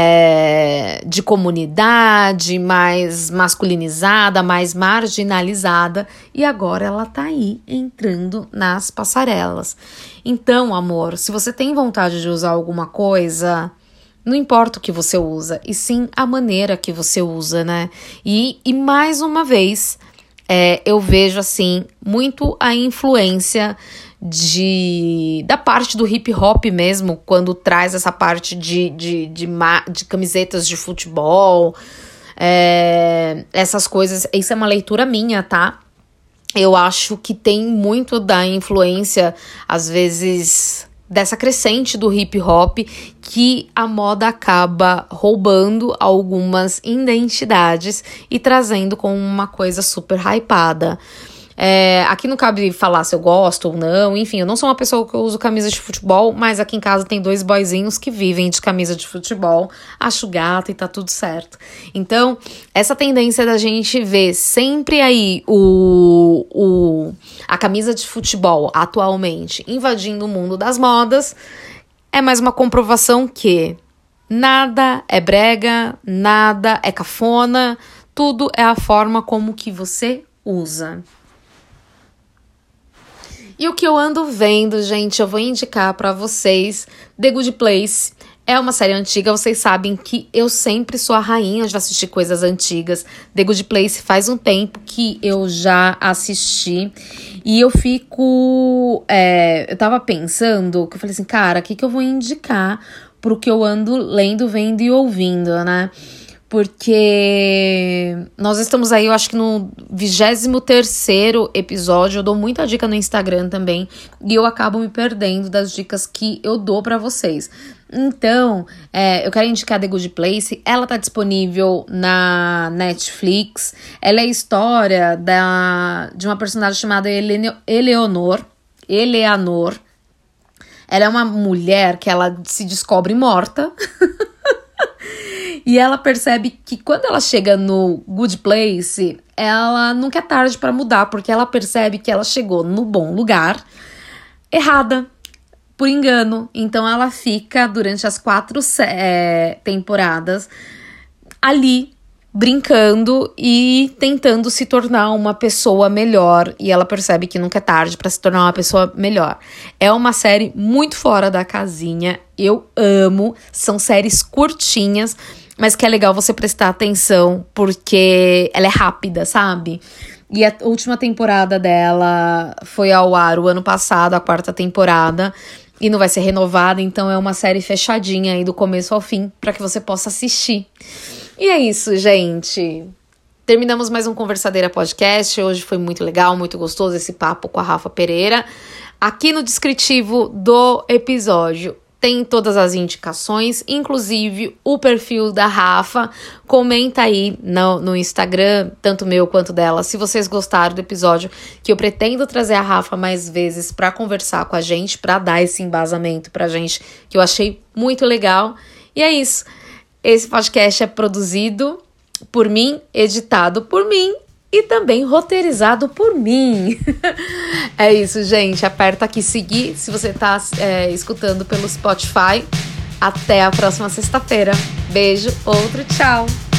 é, de comunidade, mais masculinizada, mais marginalizada. E agora ela tá aí entrando nas passarelas. Então, amor, se você tem vontade de usar alguma coisa, não importa o que você usa, e sim a maneira que você usa, né? E, e mais uma vez, é, eu vejo, assim, muito a influência de, da parte do hip hop mesmo, quando traz essa parte de, de, de, de camisetas de futebol, é, essas coisas. Isso é uma leitura minha, tá? Eu acho que tem muito da influência, às vezes, dessa crescente do hip hop, que a moda acaba roubando algumas identidades e trazendo como uma coisa super hypada. É, aqui não cabe falar se eu gosto ou não, enfim, eu não sou uma pessoa que uso camisa de futebol, mas aqui em casa tem dois boyzinhos que vivem de camisa de futebol, acho gato e tá tudo certo. Então, essa tendência da gente ver sempre aí o, o, a camisa de futebol atualmente invadindo o mundo das modas é mais uma comprovação que nada é brega, nada é cafona, tudo é a forma como que você usa. E o que eu ando vendo, gente, eu vou indicar pra vocês The Good Place. É uma série antiga, vocês sabem que eu sempre sou a rainha de assistir coisas antigas. The Good Place faz um tempo que eu já assisti. E eu fico... É, eu tava pensando, que eu falei assim, cara, o que, que eu vou indicar pro que eu ando lendo, vendo e ouvindo, né? Porque nós estamos aí, eu acho que no vigésimo terceiro episódio, eu dou muita dica no Instagram também, e eu acabo me perdendo das dicas que eu dou pra vocês. Então, é, eu quero indicar The Good Place, ela tá disponível na Netflix, ela é a história da, de uma personagem chamada Ele, Eleonor, Eleanor. Ela é uma mulher que ela se descobre morta, e ela percebe que quando ela chega no Good Place, ela nunca é tarde para mudar, porque ela percebe que ela chegou no bom lugar errada, por engano. Então ela fica durante as quatro é, temporadas ali, brincando e tentando se tornar uma pessoa melhor. E ela percebe que nunca é tarde para se tornar uma pessoa melhor. É uma série muito fora da casinha, eu amo. São séries curtinhas, mas que é legal você prestar atenção, porque ela é rápida, sabe? E a última temporada dela foi ao ar o ano passado, a quarta temporada, e não vai ser renovada, então é uma série fechadinha aí do começo ao fim, para que você possa assistir. E é isso, gente. Terminamos mais um Conversadeira Podcast. Hoje foi muito legal, muito gostoso esse papo com a Rafa Pereira. Aqui no descritivo do episódio tem todas as indicações, inclusive o perfil da Rafa. Comenta aí no, no Instagram, tanto meu quanto dela, se vocês gostaram do episódio, que eu pretendo trazer a Rafa mais vezes para conversar com a gente, para dar esse embasamento pra gente, que eu achei muito legal. E é isso. Esse podcast é produzido por mim, editado por mim e também roteirizado por mim. É isso, gente. Aperta aqui seguir se você tá é, escutando pelo Spotify. Até a próxima sexta-feira. Beijo, outro, tchau!